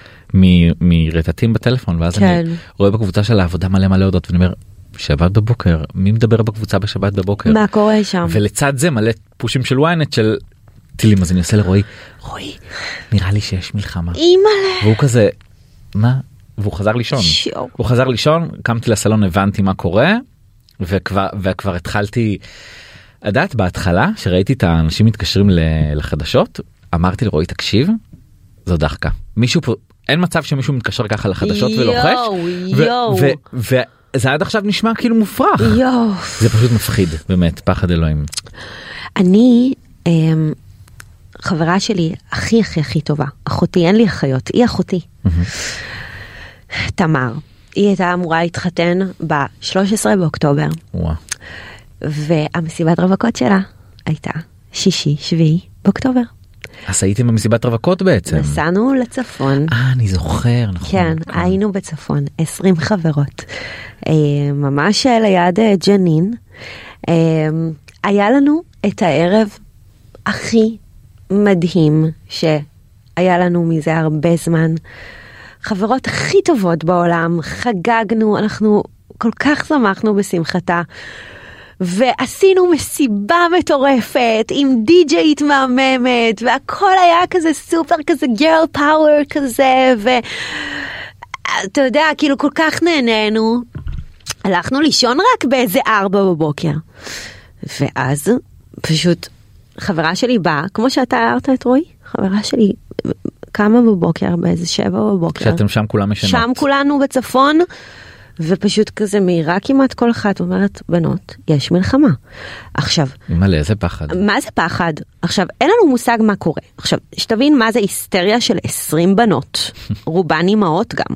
מרטטים בטלפון, ואז אני רואה בקבוצה של העבודה מלא מלא הודות, ואני אומר, שבת בבוקר, מי מדבר בקבוצה בשבת בבוקר? מה קורה שם? ולצד זה מלא פושים של וויינט של טילים, אז אני עושה לרועי, רועי, נראה לי שיש מלחמה. אימא'לה. והוא כזה, מה? והוא חזר לישון. הוא חזר לישון, קמתי לסלון, הבנתי מה קורה, וכבר, וכבר התחלתי, לדעת, בהתחלה, שראיתי את האנשים מתקשרים לחדשות, אמרתי לרועי, תקשיב, זו דחקה. מישהו פה, אין מצב שמישהו מתקשר ככה לחדשות ולוחש, יואו, וזה עד עכשיו נשמע כאילו מופרך. יואו. זה פשוט מפחיד, באמת, פחד אלוהים. אני, חברה שלי הכי הכי הכי טובה, אחותי, אין לי אחיות, היא אחותי. תמר. היא הייתה אמורה להתחתן ב-שלושה עשר באוקטובר. וואו. והמסיבת רווקות שלה הייתה שישי, שביעי באוקטובר. אז הייתם במסיבת רווקות בעצם? נסענו לצפון. אה, אני זוכר, נכון. כן, היינו בצפון, עשרים חברות. ממש ליד ג'נין. היה לנו את הערב הכי מדהים שהיה לנו מזה הרבה זמן. חברות הכי טובות בעולם, חגגנו, אנחנו כל כך שמחנו בשמחתה, ועשינו מסיבה מטורפת, עם די-ג'יית מהממת, והכל היה כזה סופר, כזה גרל פאוור כזה, ואתה יודע, כאילו כל כך נהנינו, הלכנו לישון רק באיזה ארבע בבוקר, ואז פשוט חברה שלי באה, כמו שאתה הערת את רועי, חברה שלי קמה בבוקר, באיזה שבע בבוקר. שאתם שם כולם משנות. שם כולנו בצפון, ופשוט כזה מהירה כמעט כל אחת אומרת, בנות, יש מלחמה. עכשיו. מלא, איזה פחד. מה זה פחד? עכשיו, אין לנו מושג מה קורה. עכשיו, שתבין מה זה היסטריה של עשרים בנות. רובן אימהות גם.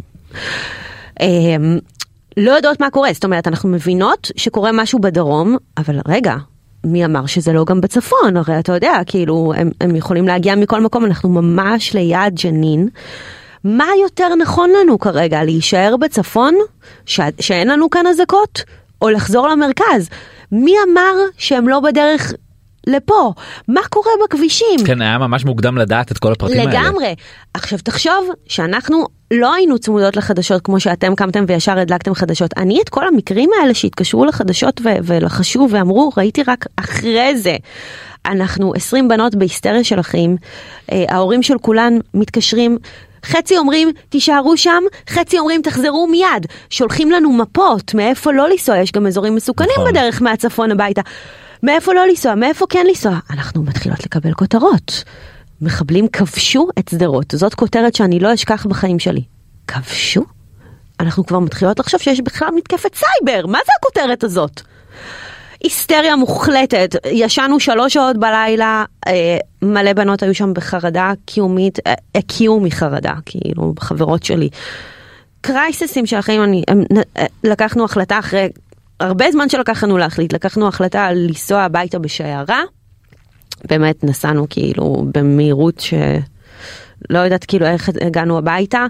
לא יודעות מה קורה. זאת אומרת, אנחנו מבינות שקורה משהו בדרום, אבל רגע, מי אמר שזה לא גם בצפון? הרי אתה יודע, כאילו, הם, הם יכולים להגיע מכל מקום, אנחנו ממש ליד ג'נין. מה יותר נכון לנו כרגע? להישאר בצפון? ש... שאין לנו כאן הזקות? או לחזור למרכז? מי אמר שהם לא בדרך לפה? מה קורה בכבישים? כן, היה ממש מוקדם לדעת את כל הפרטים לגמרי. האלה. לגמרי. עכשיו תחשוב שאנחנו לא היינו צמודות לחדשות כמו שאתם קמתם וישר הדלקתם חדשות. אני את כל המקרים האלה שהתקשרו לחדשות ו- ולחשו ואמרו, ראיתי רק אחרי זה. אנחנו עשרים בנות בהיסטריה של החיים. ההורים של כולן מתקשרים, חצי אומרים תישארו שם, חצי אומרים תחזרו מיד. שולחים לנו מפות מאיפה לא לנסוע, יש גם אזורים מסוכנים נכון. בדרך מהצפון הביתה. מאיפה לא לנסוע, מאיפה כן לנסוע. אנחנו מתחילות לקבל כותרות. מחבלים כבשו את שדרות. זאת כותרת שאני לא אשכח בחיים שלי. כבשו? אנחנו כבר מתחילות לחשוב שיש בכלל מתקפת סייבר. מה זה הכותרת הזאת? היסטריה מוחלטת. ישנו שלוש שעות בלילה, אה, מלא בנות היו שם בחרדה קיומית, אה, הקיעו מחרדה, כאילו, חברות שלי. קרייססים של החיים, אני, הם, אה, לקחנו החלטה אחרי, הרבה זמן שלקחנו להחליט, לקחנו החלטה על לנסוע הביתה בשיירה, באמת נסענו כאילו במהירות שלא יודעת כאילו איך הגענו הביתה.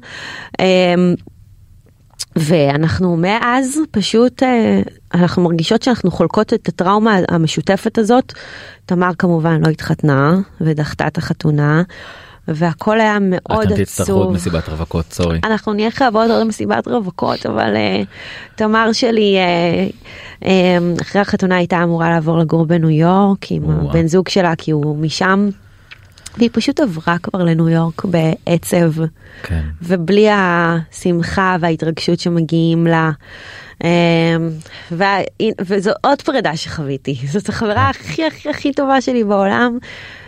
ואנחנו מאז פשוט, אנחנו מרגישות שאנחנו חולקות את הטראומה המשותפת הזאת. תמר כמובן לא התחתנה ודחתה את החתונה, והכל היה מאוד עצוב. אתם תצטרכו עוד מסיבת רווקות, סורי. אנחנו נהיה חייבות עוד מסיבת רווקות, אבל uh, תמר שלי, uh, uh, אחרי החתונה הייתה אמורה לעבור לגור בניו יורק, עם וואו. הבן זוג שלה, כי הוא משם, והיא פשוט עברה כבר לניו יורק בעצב, כן. ובלי השמחה וההתרגשות שמגיעים לה. ו... וזו עוד פרידה שחוויתי. זאת החברה הכי הכי הכי טובה שלי בעולם.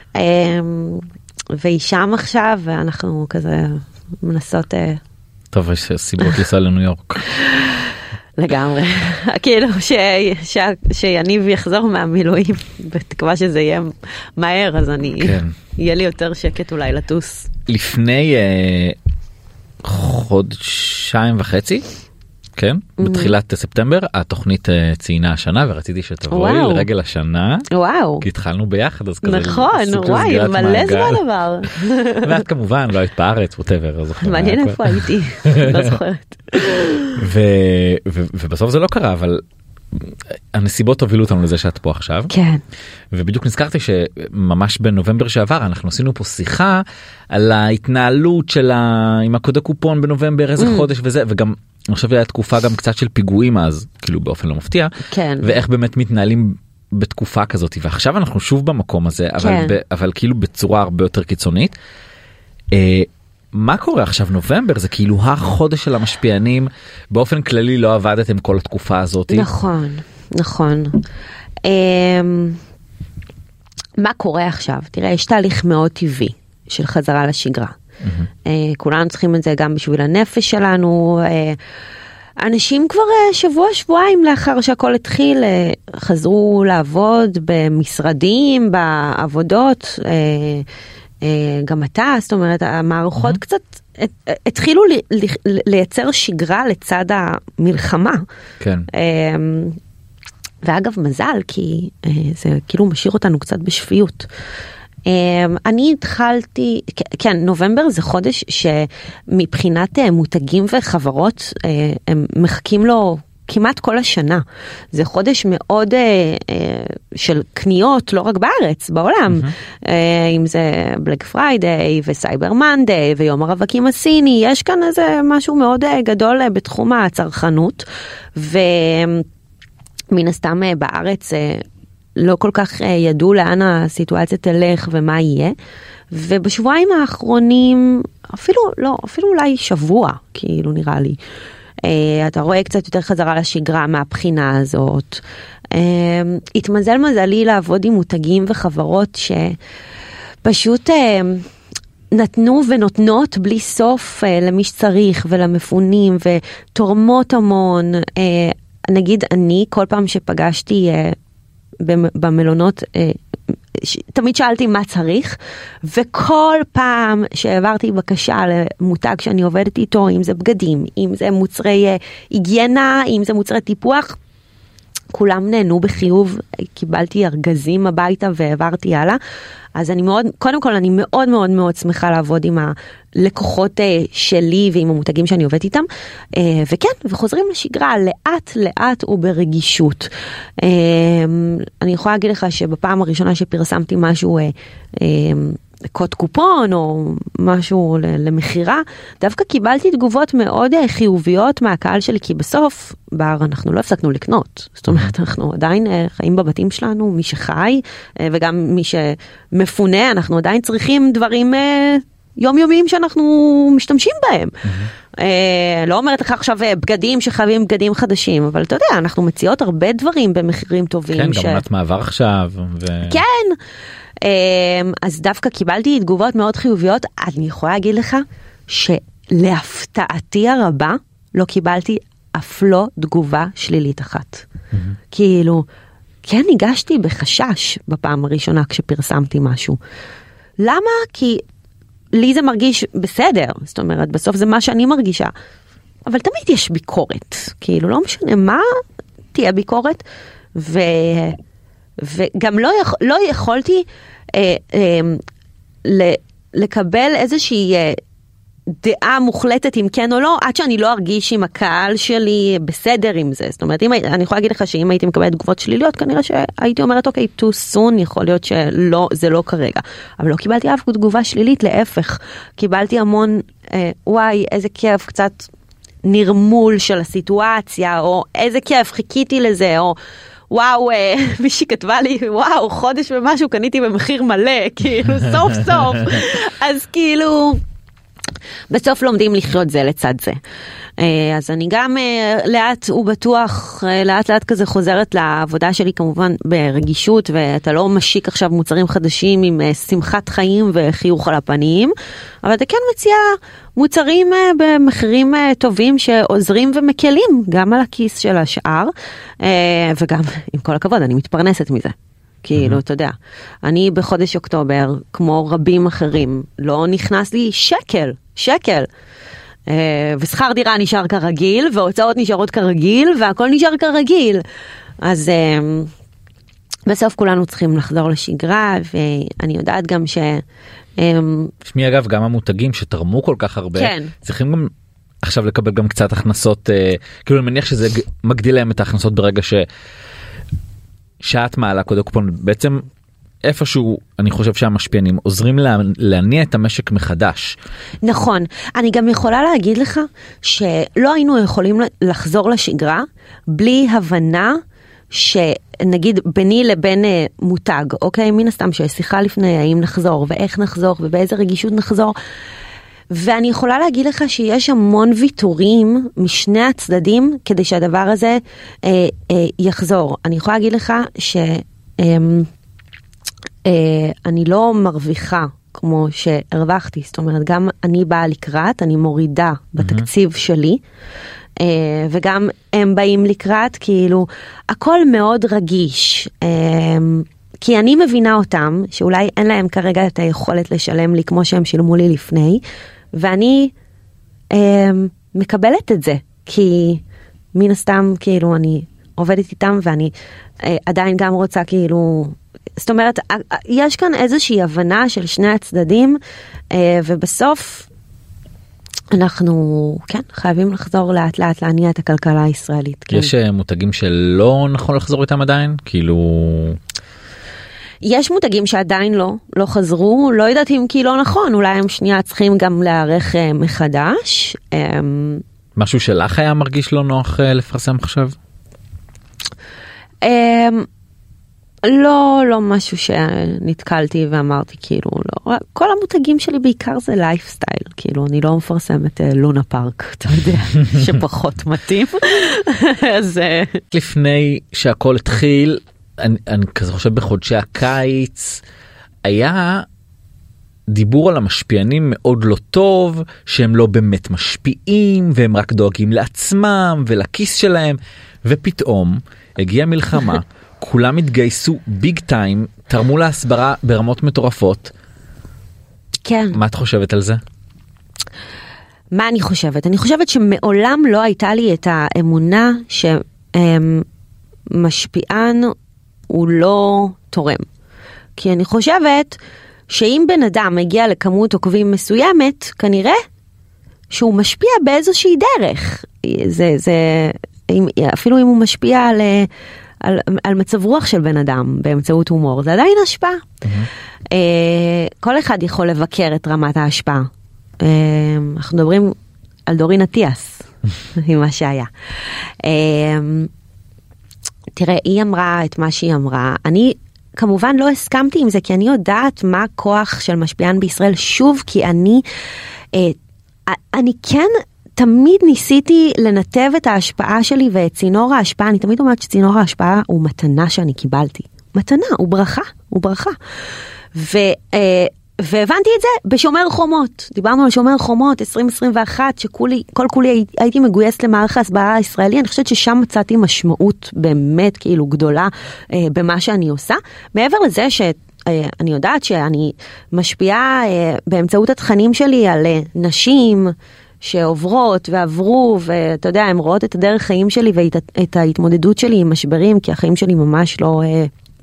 והיא שם עכשיו, ואנחנו כזה מנסות... טוב, יש סיבות לנסוע לניו יורק. לגמרי. כאילו, שיניב יחזור מהמילואים, בתקווה שזה יהיה מהר, אז אני... יהיה לי יותר שקט אולי לטוס. לפני חודשיים וחצי, כן, בתחילת ספטמבר, התוכנית ציינה השנה, ורציתי שתבואי לרגל השנה. וואו. כי התחלנו ביחד, אז כזה... נכון, וואי, מלא זמן עבר. ואת כמובן לא היית בארץ, whatever. מעניין איפה הייתי, לא זוכרת. ובסוף זה לא קרה, אבל הנסיבות הובילו אותנו לזה שאת פה עכשיו. כן. ובדיוק נזכרתי שממש בנובמבר שעבר אנחנו עשינו פה שיחה על ההתנהלות שלה עם הקוד הקופון בנובמבר, איזה חודש וזה, וגם אני חושב היה תקופה גם קצת של פיגועים אז, כאילו באופן לא מפתיע, כן. ואיך באמת מתנהלים בתקופה כזאת, ועכשיו אנחנו שוב במקום הזה, אבל, כן. ב, אבל כאילו בצורה הרבה יותר קיצונית. אה, מה קורה עכשיו נובמבר? זה כאילו החודש של המשפיענים, באופן כללי לא עבדתם כל התקופה הזאת. נכון, נכון. אה, מה קורה עכשיו? תראה, יש תהליך מאוד טבעי של חזרה לשגרה. Mm-hmm. כולנו צריכים את זה גם בשביל הנפש שלנו. אנשים כבר שבוע שבועיים לאחר שהכל התחיל חזרו לעבוד במשרדים, בעבודות, גם אתה, זאת אומרת המערכות mm-hmm. קצת התחילו לייצר שגרה לצד המלחמה. כן. ואגב מזל, כי זה כאילו משאיר אותנו קצת בשפיות. אני התחלתי, כן, נובמבר זה חודש שמבחינת מותגים וחברות הם מחכים לו כמעט כל השנה. זה חודש מאוד של קניות, לא רק בארץ, בעולם. Mm-hmm. אם זה בלק פריידיי וסייבר מנדיי ויום הרווקים הסיני, יש כאן איזה משהו מאוד גדול בתחום הצרכנות, ומן הסתם בארץ לא כל כך ידעו לאן הסיטואציה תלך ומה יהיה, ובשבועיים האחרונים, אפילו לא, אפילו אולי שבוע, כאילו נראה לי, אתה רואה קצת יותר חזרה לשגרה מהבחינה הזאת. התמזל מזלי לעבוד עם מותגים וחברות שפשוט נתנו ונותנות בלי סוף למי שצריך ולמפונים ותורמות המון. נגיד אני כל פעם שפגשתי במלונות, תמיד שאלתי מה צריך, וכל פעם שהעברתי בקשה למותג שאני עובדת איתו, אם זה בגדים, אם זה מוצרי היגיינה, אם זה מוצרי טיפוח, כולם נהנו בחיוב, קיבלתי ארגזים הביתה והעברתי הלאה. אז אני מאוד, קודם כל אני מאוד מאוד מאוד שמחה לעבוד עם הלקוחות שלי ועם המותגים שאני עובדת איתם, וכן, וחוזרים לשגרה לאט לאט וברגישות. אני יכולה להגיד לך שבפעם הראשונה שפרסמתי משהו, קוד קופון או משהו למחירה, דווקא קיבלתי תגובות מאוד חיוביות מהקהל שלי, כי בסוף בר אנחנו לא הפסקנו לקנות. זאת אומרת, אנחנו עדיין חיים בבתים שלנו, מי שחי וגם מי שמפונה, אנחנו עדיין צריכים דברים יומיומיים שאנחנו משתמשים בהם. לא אומרת לך עכשיו בגדים שחייבים בגדים חדשים, אבל אתה יודע, אנחנו מציעות הרבה דברים במחירים טובים. כן, גם עונת מעבר עכשיו. כן. אז דווקא קיבלתי תגובות מאוד חיוביות. אני יכולה להגיד לך שלהפתעתי הרבה לא קיבלתי אף לא תגובה שלילית אחת. Mm-hmm. כאילו, כן הגשתי בחשש בפעם הראשונה כשפרסמתי משהו. למה? כי לי זה מרגיש בסדר, זאת אומרת, בסוף זה מה שאני מרגישה. אבל תמיד יש ביקורת, כאילו לא משנה מה תהיה ביקורת, ו... וגם לא, יכ, לא יכולתי אה, אה, ל, לקבל איזושהי אה, דעה מוחלטת אם כן או לא, עד שאני לא ארגיש עם הקהל שלי בסדר עם זה. זאת אומרת, אם, אני יכולה להגיד לך שאם הייתי מקבלת תגובות שליליות, כנראה שהייתי אומרת, אוקיי, too soon, יכול להיות שלא, זה לא כרגע. אבל לא קיבלתי אף תגובה שלילית, להפך. קיבלתי המון, אה, וואי, איזה כיף, קצת נרמול של הסיטואציה, או איזה כיף, חיכיתי לזה, או וואו, אה, מישהי כתבה לי, וואו, חודש ומשהו קניתי במחיר מלא, כאילו, סוף סוף. אז כאילו, בסוף לומדים לחיות זה לצד זה. אז אני גם לאט ובטוח, לאט לאט כזה חוזרת לעבודה שלי כמובן ברגישות, ואתה לא משיק עכשיו מוצרים חדשים עם שמחת חיים וחיוך על הפנים, אבל אתה כן מציע מוצרים במחירים טובים שעוזרים ומקלים גם על הכיס של השאר, וגם עם כל הכבוד אני מתפרנסת מזה. כאילו, אתה יודע, אני בחודש אוקטובר, כמו רבים אחרים, לא נכנס לי שקל, שקל. ושכר דירה נשאר כרגיל, והוצאות נשארות כרגיל, והכל נשאר כרגיל. אז בסוף כולנו צריכים לחזור לשגרה, ואני יודעת גם ש... שמי אגב, גם המותגים שתרמו כל כך הרבה, כן. צריכים גם עכשיו לקבל גם קצת הכנסות, כאילו אני מניח שזה מגדיל להם את ההכנסות ברגע ש... שאת מעלה קודם קופון, בעצם איפשהו אני חושב שהמשפיענים עוזרים לה, להניע את המשק מחדש. נכון, אני גם יכולה להגיד לך שלא היינו יכולים לחזור לשגרה בלי הבנה שנגיד ביני לבין מותג, אוקיי? מן הסתם ששיחה לפני האם נחזור ואיך נחזור ובאיזה רגישות נחזור, ואני יכולה להגיד לך שיש המון ויתורים משני הצדדים כדי שהדבר הזה אה, אה, יחזור. אני יכולה להגיד לך שאני אה, אה, לא מרוויחה כמו שהרווחתי, זאת אומרת גם אני באה לקראת, אני מורידה בתקציב שלי, אה, וגם הם באים לקראת, כאילו הכל מאוד רגיש, אה, כי אני מבינה אותם שאולי אין להם כרגע את היכולת לשלם לי כמו שהם שילמו לי לפני, ואני אה, מקבלת את זה, כי מן הסתם כאילו אני עובדת איתם ואני אה, עדיין גם רוצה כאילו, זאת אומרת, יש כאן איזושהי הבנה של שני הצדדים, אה, ובסוף אנחנו, כן, חייבים לחזור לאט לאט להניע את הכלכלה הישראלית. יש כן. מותגים שלא נכון לחזור איתם עדיין? כאילו... יש מותגים שעדיין לא, לא חזרו, לא יודעת אם כי לא נכון, אולי הם שנייה צריכים גם להערך מחדש. משהו שלך היה מרגיש לא נוח לפרסם עכשיו? לא, לא משהו שנתקלתי ואמרתי כאילו, לא, כל המותגים שלי בעיקר זה לייפסטייל, כאילו אני לא מפרסמת לונה פארק, אתה יודע, שפחות מתאים. אז... לפני שהכל התחיל, אני, אני כזה חושב בחודשי הקיץ, היה דיבור על המשפיענים מאוד לא טוב, שהם לא באמת משפיעים, והם רק דואגים לעצמם ולכיס שלהם, ופתאום הגיעה מלחמה, כולם התגייסו ביג טיים, תרמו להסברה ברמות מטורפות. כן. מה את חושבת על זה? מה אני חושבת? אני חושבת שמעולם לא הייתה לי את האמונה שמשפיען הוא לא תורם. כי אני חושבת שאם בן אדם מגיע לכמות עוקבים מסוימת, כנראה שהוא משפיע באיזושהי דרך. זה, זה, אפילו אם הוא משפיע על, על, על מצב רוח של בן אדם באמצעות הומור, זה עדיין השפעה. Mm-hmm. כל אחד יכול לבקר את רמת ההשפעה. אנחנו מדברים על דורין אטיאס, עם מה שהיה. תראה, היא אמרה את מה שהיא אמרה. אני כמובן לא הסכמתי עם זה, כי אני יודעת מה הכוח של משפיען בישראל, שוב, כי אני, אני כן תמיד ניסיתי לנתב את ההשפעה שלי ואת צינור ההשפעה. אני תמיד אומרת שצינור ההשפעה הוא מתנה שאני קיבלתי. מתנה, הוא ברכה, הוא ברכה. ו... והבנתי את זה בשומר חומות. דיברנו על שומר חומות עשרים עשרים ואחת, שכולי, כל כולי הייתי מגויסת למערך ההסברה הישראלי. אני חושבת ששם מצאתי משמעות באמת כאילו גדולה אה, במה שאני עושה. מעבר לזה שאני יודעת שאני משפיעה אה, באמצעות התכנים שלי על אה, נשים שעוברות ועברו, ואתה יודע, הן רואות את הדרך חיים שלי ואת את ההתמודדות שלי עם משברים, כי החיים שלי ממש לא... אה,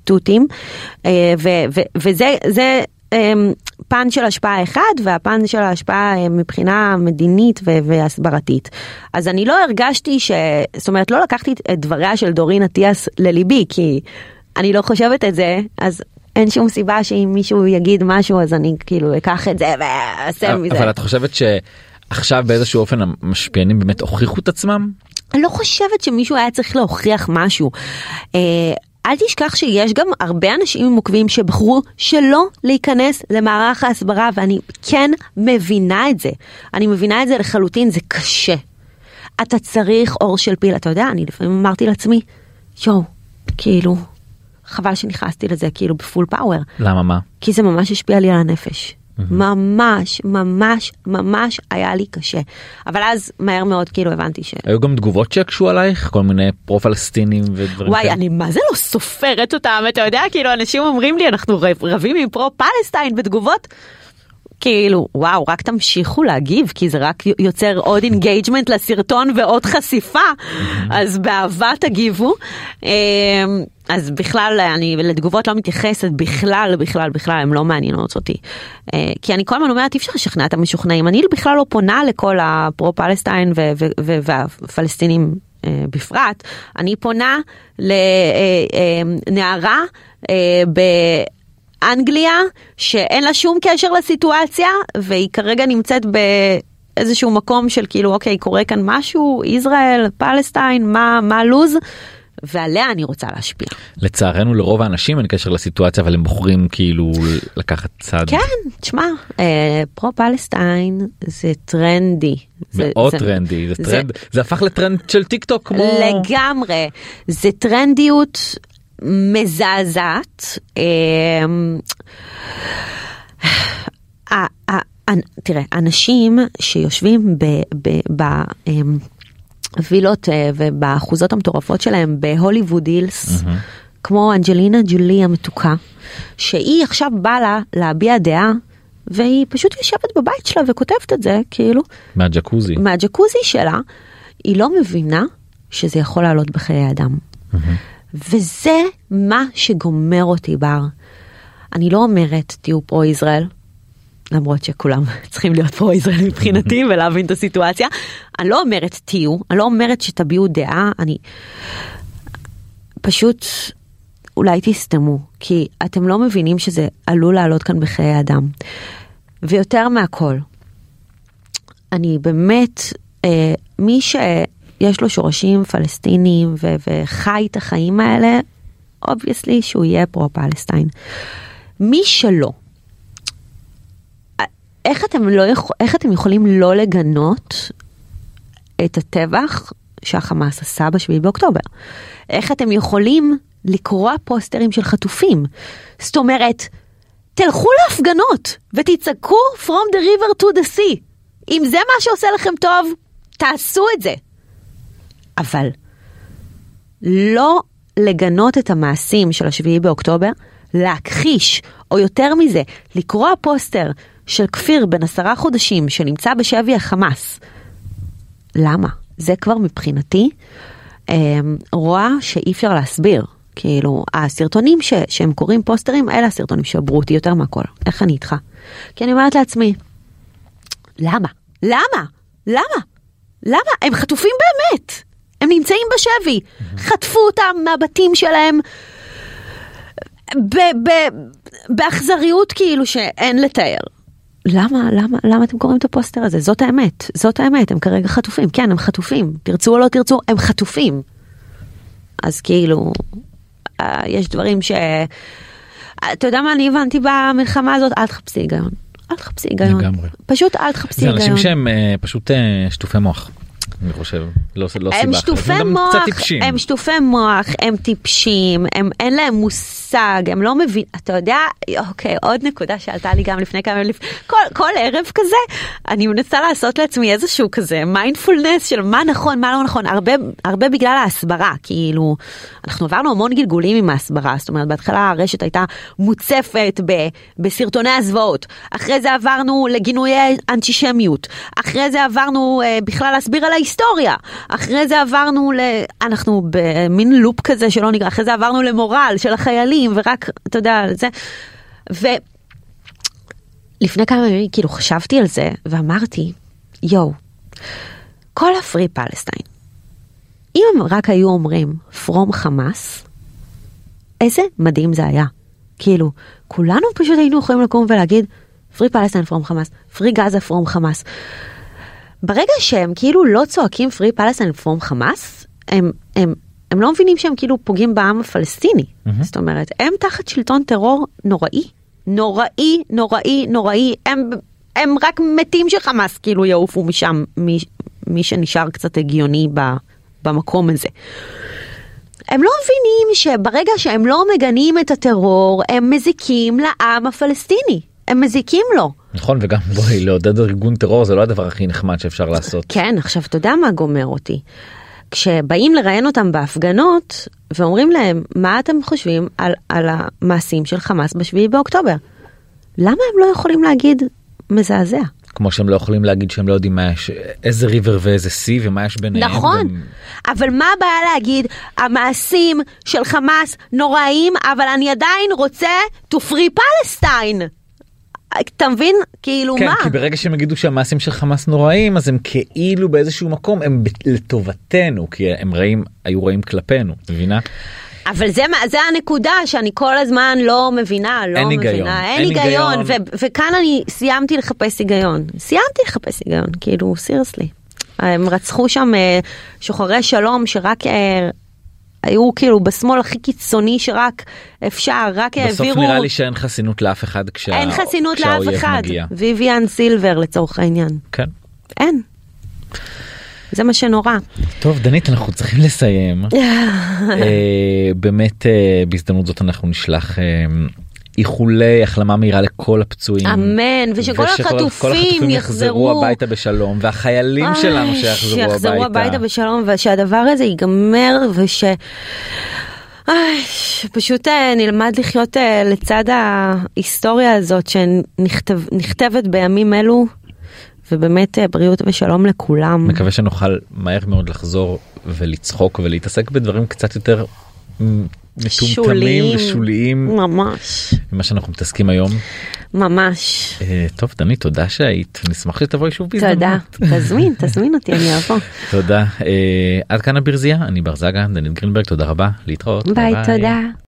תותים, וזה זה פן של השפעה אחד, והפן של ההשפעה מבחינה מדינית והסברתית. אז אני לא הרגשתי ש... זאת אומרת, לא לקחתי את דבריה של דורין אטיאס לליבי, כי אני לא חושבת את זה, אז אין שום סיבה שאם מישהו יגיד משהו, אז אני כאילו אקח את זה ואעשה מזה. אבל את חושבת שעכשיו באיזשהו אופן המשפיענים באמת הוכיחו את עצמם? אני לא חושבת שמישהו היה צריך להוכיח משהו. אל תשכח שיש גם הרבה אנשים מוקבים שבחרו שלא להיכנס למערך ההסברה, ואני כן מבינה את זה. אני מבינה את זה לחלוטין, זה קשה. אתה צריך אור של פיל, אתה יודע, אני לפעמים אמרתי לעצמי, יו, כאילו, חבל שנכנסתי לזה, כאילו בפול פאוור. למה מה? כי זה ממש השפיע לי על הנפש. ממש, ממש, ממש היה לי קשה. אבל אז מהר מאוד כאילו הבנתי ש... היו גם תגובות שהקשו עלייך? כל מיני פרו-פלסטינים ודברים וואי, אני מה זה לא סופרת אותם? אתה יודע, כאילו אנשים אומרים לי, אנחנו רבים עם פרו-פלסטיין בתגובות. כאילו, וואו, רק תמשיכו להגיב, כי זה רק יוצר עוד אינגייג'מנט לסרטון ועוד חשיפה, אז באהבה תגיבו. אז בכלל, אני לתגובות לא מתייחסת, בכלל, בכלל, בכלל, הם לא מעניינות אותי. כי אני כל הזמן אומרת, אי אפשר לשכנע את המשוכנעים, אני בכלל לא פונה לכל הפרו-פלסטיין והפלסטינים בפרט, אני פונה לנערה ב... אנגליה, שאין לה שום קשר לסיטואציה, והיא כרגע נמצאת באיזשהו מקום של כאילו, אוקיי, קורה כאן משהו, ישראל, פלסטיין, מה, מה לוז, ועליה אני רוצה להשפיע. לצערנו לרוב האנשים אין קשר לסיטואציה, אבל הם בוחרים כאילו לקחת צד. כן, תשמע, אה, פרו-פלסטיין זה טרנדי. מאוד זה, טרנדי, זה, זה, טרנד, זה, זה הפך לטרנד של טיק טוק כמו... לגמרי, זה טרנדיות... מזעזעת. תראה, אנשים שיושבים בווילות ובאחוזות המטורפות שלהם בהוליווד הילס, כמו אנג'לינה ג'ולי המתוקה, שהיא עכשיו באה לה להביע דעה, והיא פשוט יושבת בבית שלה וכותבת את זה, כאילו. מהג'קוזי. מהג'קוזי שלה, היא לא מבינה שזה יכול לעלות בחיי אדם. וזה מה שגומר אותי בר. אני לא אומרת תהיו פרו ישראל, למרות שכולם צריכים להיות פרו ישראל מבחינתי ולהבין את הסיטואציה. אני לא אומרת תהיו, אני לא אומרת שתביעו דעה, אני פשוט אולי תסתמו, כי אתם לא מבינים שזה עלול לעלות כאן בחיי אדם. ויותר מהכל, אני באמת, אה, מי ש... יש לו שורשים פלסטינים ו- וחי את החיים האלה, obviously שהוא יהיה פרו-פלסטיין. מי שלא, איך אתם, לא יכול, איך אתם יכולים לא לגנות את הטבח שהחמאס עשה בשביעי באוקטובר? איך אתם יכולים לקרוא פוסטרים של חטופים? זאת אומרת, תלכו להפגנות ותצעקו from the river to the sea. אם זה מה שעושה לכם טוב, תעשו את זה. אבל לא לגנות את המעשים של השביעי באוקטובר, להכחיש, או יותר מזה, לקרוא הפוסטר של כפיר בן עשרה חודשים שנמצא בשבי החמאס. למה? זה כבר מבחינתי רואה שאי אפשר להסביר. כאילו, הסרטונים ש- שהם קוראים פוסטרים, אלה הסרטונים שעברו אותי יותר מהכל. איך אני איתך? כי אני אומרת לעצמי, למה? למה? למה? למה? הם חטופים באמת. הם נמצאים בשבי. חטפו אותם מהבתים שלהם ב- ב- באכזריות כאילו שאין לתאר. למה? למה? למה אתם קוראים את הפוסטר הזה? זאת האמת. זאת האמת. הם כרגע חטופים. כן, הם חטופים. תרצו או לא תרצו, הם חטופים. אז כאילו, יש דברים ש... אתה יודע מה אני הבנתי במלחמה הזאת? אל תחפשי היגיון. אל תחפשי היגיון. לגמרי. פשוט אל תחפשי היגיון. זה אנשים שהם פשוט שטופי מוח. אני חושב, לא, לא הם סיבה שטופי אחרת. מוח, הם שטופי מוח, הם טיפשים, הם, אין להם מושג, הם לא מבין, אתה יודע, אוקיי, עוד נקודה שעלתה לי גם לפני כמה, לפ... כל, כל ערב כזה, אני מנסה לעשות לעצמי איזשהו כזה, מיינדפולנס של מה נכון, מה לא נכון, הרבה, הרבה בגלל ההסברה, כאילו, אנחנו עברנו המון גלגולים עם ההסברה, זאת אומרת, בהתחלה הרשת הייתה מוצפת ב, בסרטוני הזוועות, אחרי זה עברנו לגינויי אנטישמיות, אחרי זה עברנו אה, בכלל להסביר על להיסטוריה, אחרי זה עברנו ל... אנחנו במין לופ כזה שלא נקרא, אחרי זה עברנו למורל של החיילים, ורק, אתה יודע, זה... ולפני כמה ימים, כאילו, חשבתי על זה, ואמרתי, יו, כל הפרי פלסטיין, אם הם רק היו אומרים, פרום חמאס, איזה מדהים זה היה. כאילו, כולנו פשוט היינו יכולים לקום ולהגיד, פרי פלסטיין פרום חמאס, פרי גזה פרום חמאס. ברגע שהם כאילו לא צועקים פרי פלסטיין פרום חמאס, הם, הם, הם לא מבינים שהם כאילו פוגעים בעם הפלסטיני. Mm-hmm. זאת אומרת, הם תחת שלטון טרור נוראי. נוראי, נוראי, נוראי. הם, הם רק מתים שחמאס כאילו יעופו משם, מי, מי שנשאר קצת הגיוני ב, במקום הזה. הם לא מבינים שברגע שהם לא מגנים את הטרור, הם מזיקים לעם הפלסטיני. הם מזיקים לו. נכון, וגם בואי, לעודד ארגון טרור זה לא הדבר הכי נחמד שאפשר לעשות. כן, עכשיו אתה יודע מה גומר אותי? כשבאים לראיין אותם בהפגנות, ואומרים להם, מה אתם חושבים על, על המעשים של חמאס בשביעי באוקטובר? למה הם לא יכולים להגיד מזעזע? כמו שהם לא יכולים להגיד שהם לא יודעים מה יש, איזה ריבר ואיזה סי ומה יש ביניהם. נכון, גם... אבל מה הבעיה להגיד, המעשים של חמאס נוראים, אבל אני עדיין רוצה to free Palestine. אתה מבין? כאילו כן, מה? כן, כי ברגע שהם יגידו שהמעשים של חמאס נוראים, אז הם כאילו באיזשהו מקום, הם לטובתנו, כי הם רעים, היו רעים כלפינו, מבינה? אבל זה, זה הנקודה שאני כל הזמן לא מבינה, לא אין מבינה. היגיון. אין, אין היגיון. היגיון. ו- וכאן אני סיימתי לחפש היגיון. סיימתי לחפש היגיון, כאילו, סירסלי. הם רצחו שם שוחרי שלום שרק אה, היו כאילו בשמאל הכי קיצוני שרק אפשר, רק העבירו... בסוף נראה לי שאין חסינות לאף אחד כשה... אין חסינות לאף אחד. מגיע. ויויאן סילבר לצורך העניין. כן. אין. זה מה שנורא. טוב, דנית, אנחנו צריכים לסיים. באמת, בהזדמנות זאת אנחנו נשלח איחולי החלמה מהירה לכל הפצועים. אמן, ושכל החטופים יחזרו הביתה בשלום, והחיילים שלנו שיחזרו הביתה. שיחזרו הביתה בשלום, ושהדבר הזה ייגמר, וש... פשוט נלמד לחיות לצד ההיסטוריה הזאת שנכתבת בימים אלו. ובאמת בריאות ושלום לכולם. מקווה שנוכל מהר מאוד לחזור ולצחוק ולהתעסק בדברים קצת יותר מטומטמים ושוליים. ממש. ממה שאנחנו מתעסקים היום. ממש. טוב, דנית, תודה שהיית. נשמח שתבואי שוב בהזדמנות. תודה. תזמין, תזמין אותי, אני אבוא. תודה. עד כאן הברזייה, אני בר זגה, דנית גרינברג, תודה רבה. להתראות. ביי, תודה.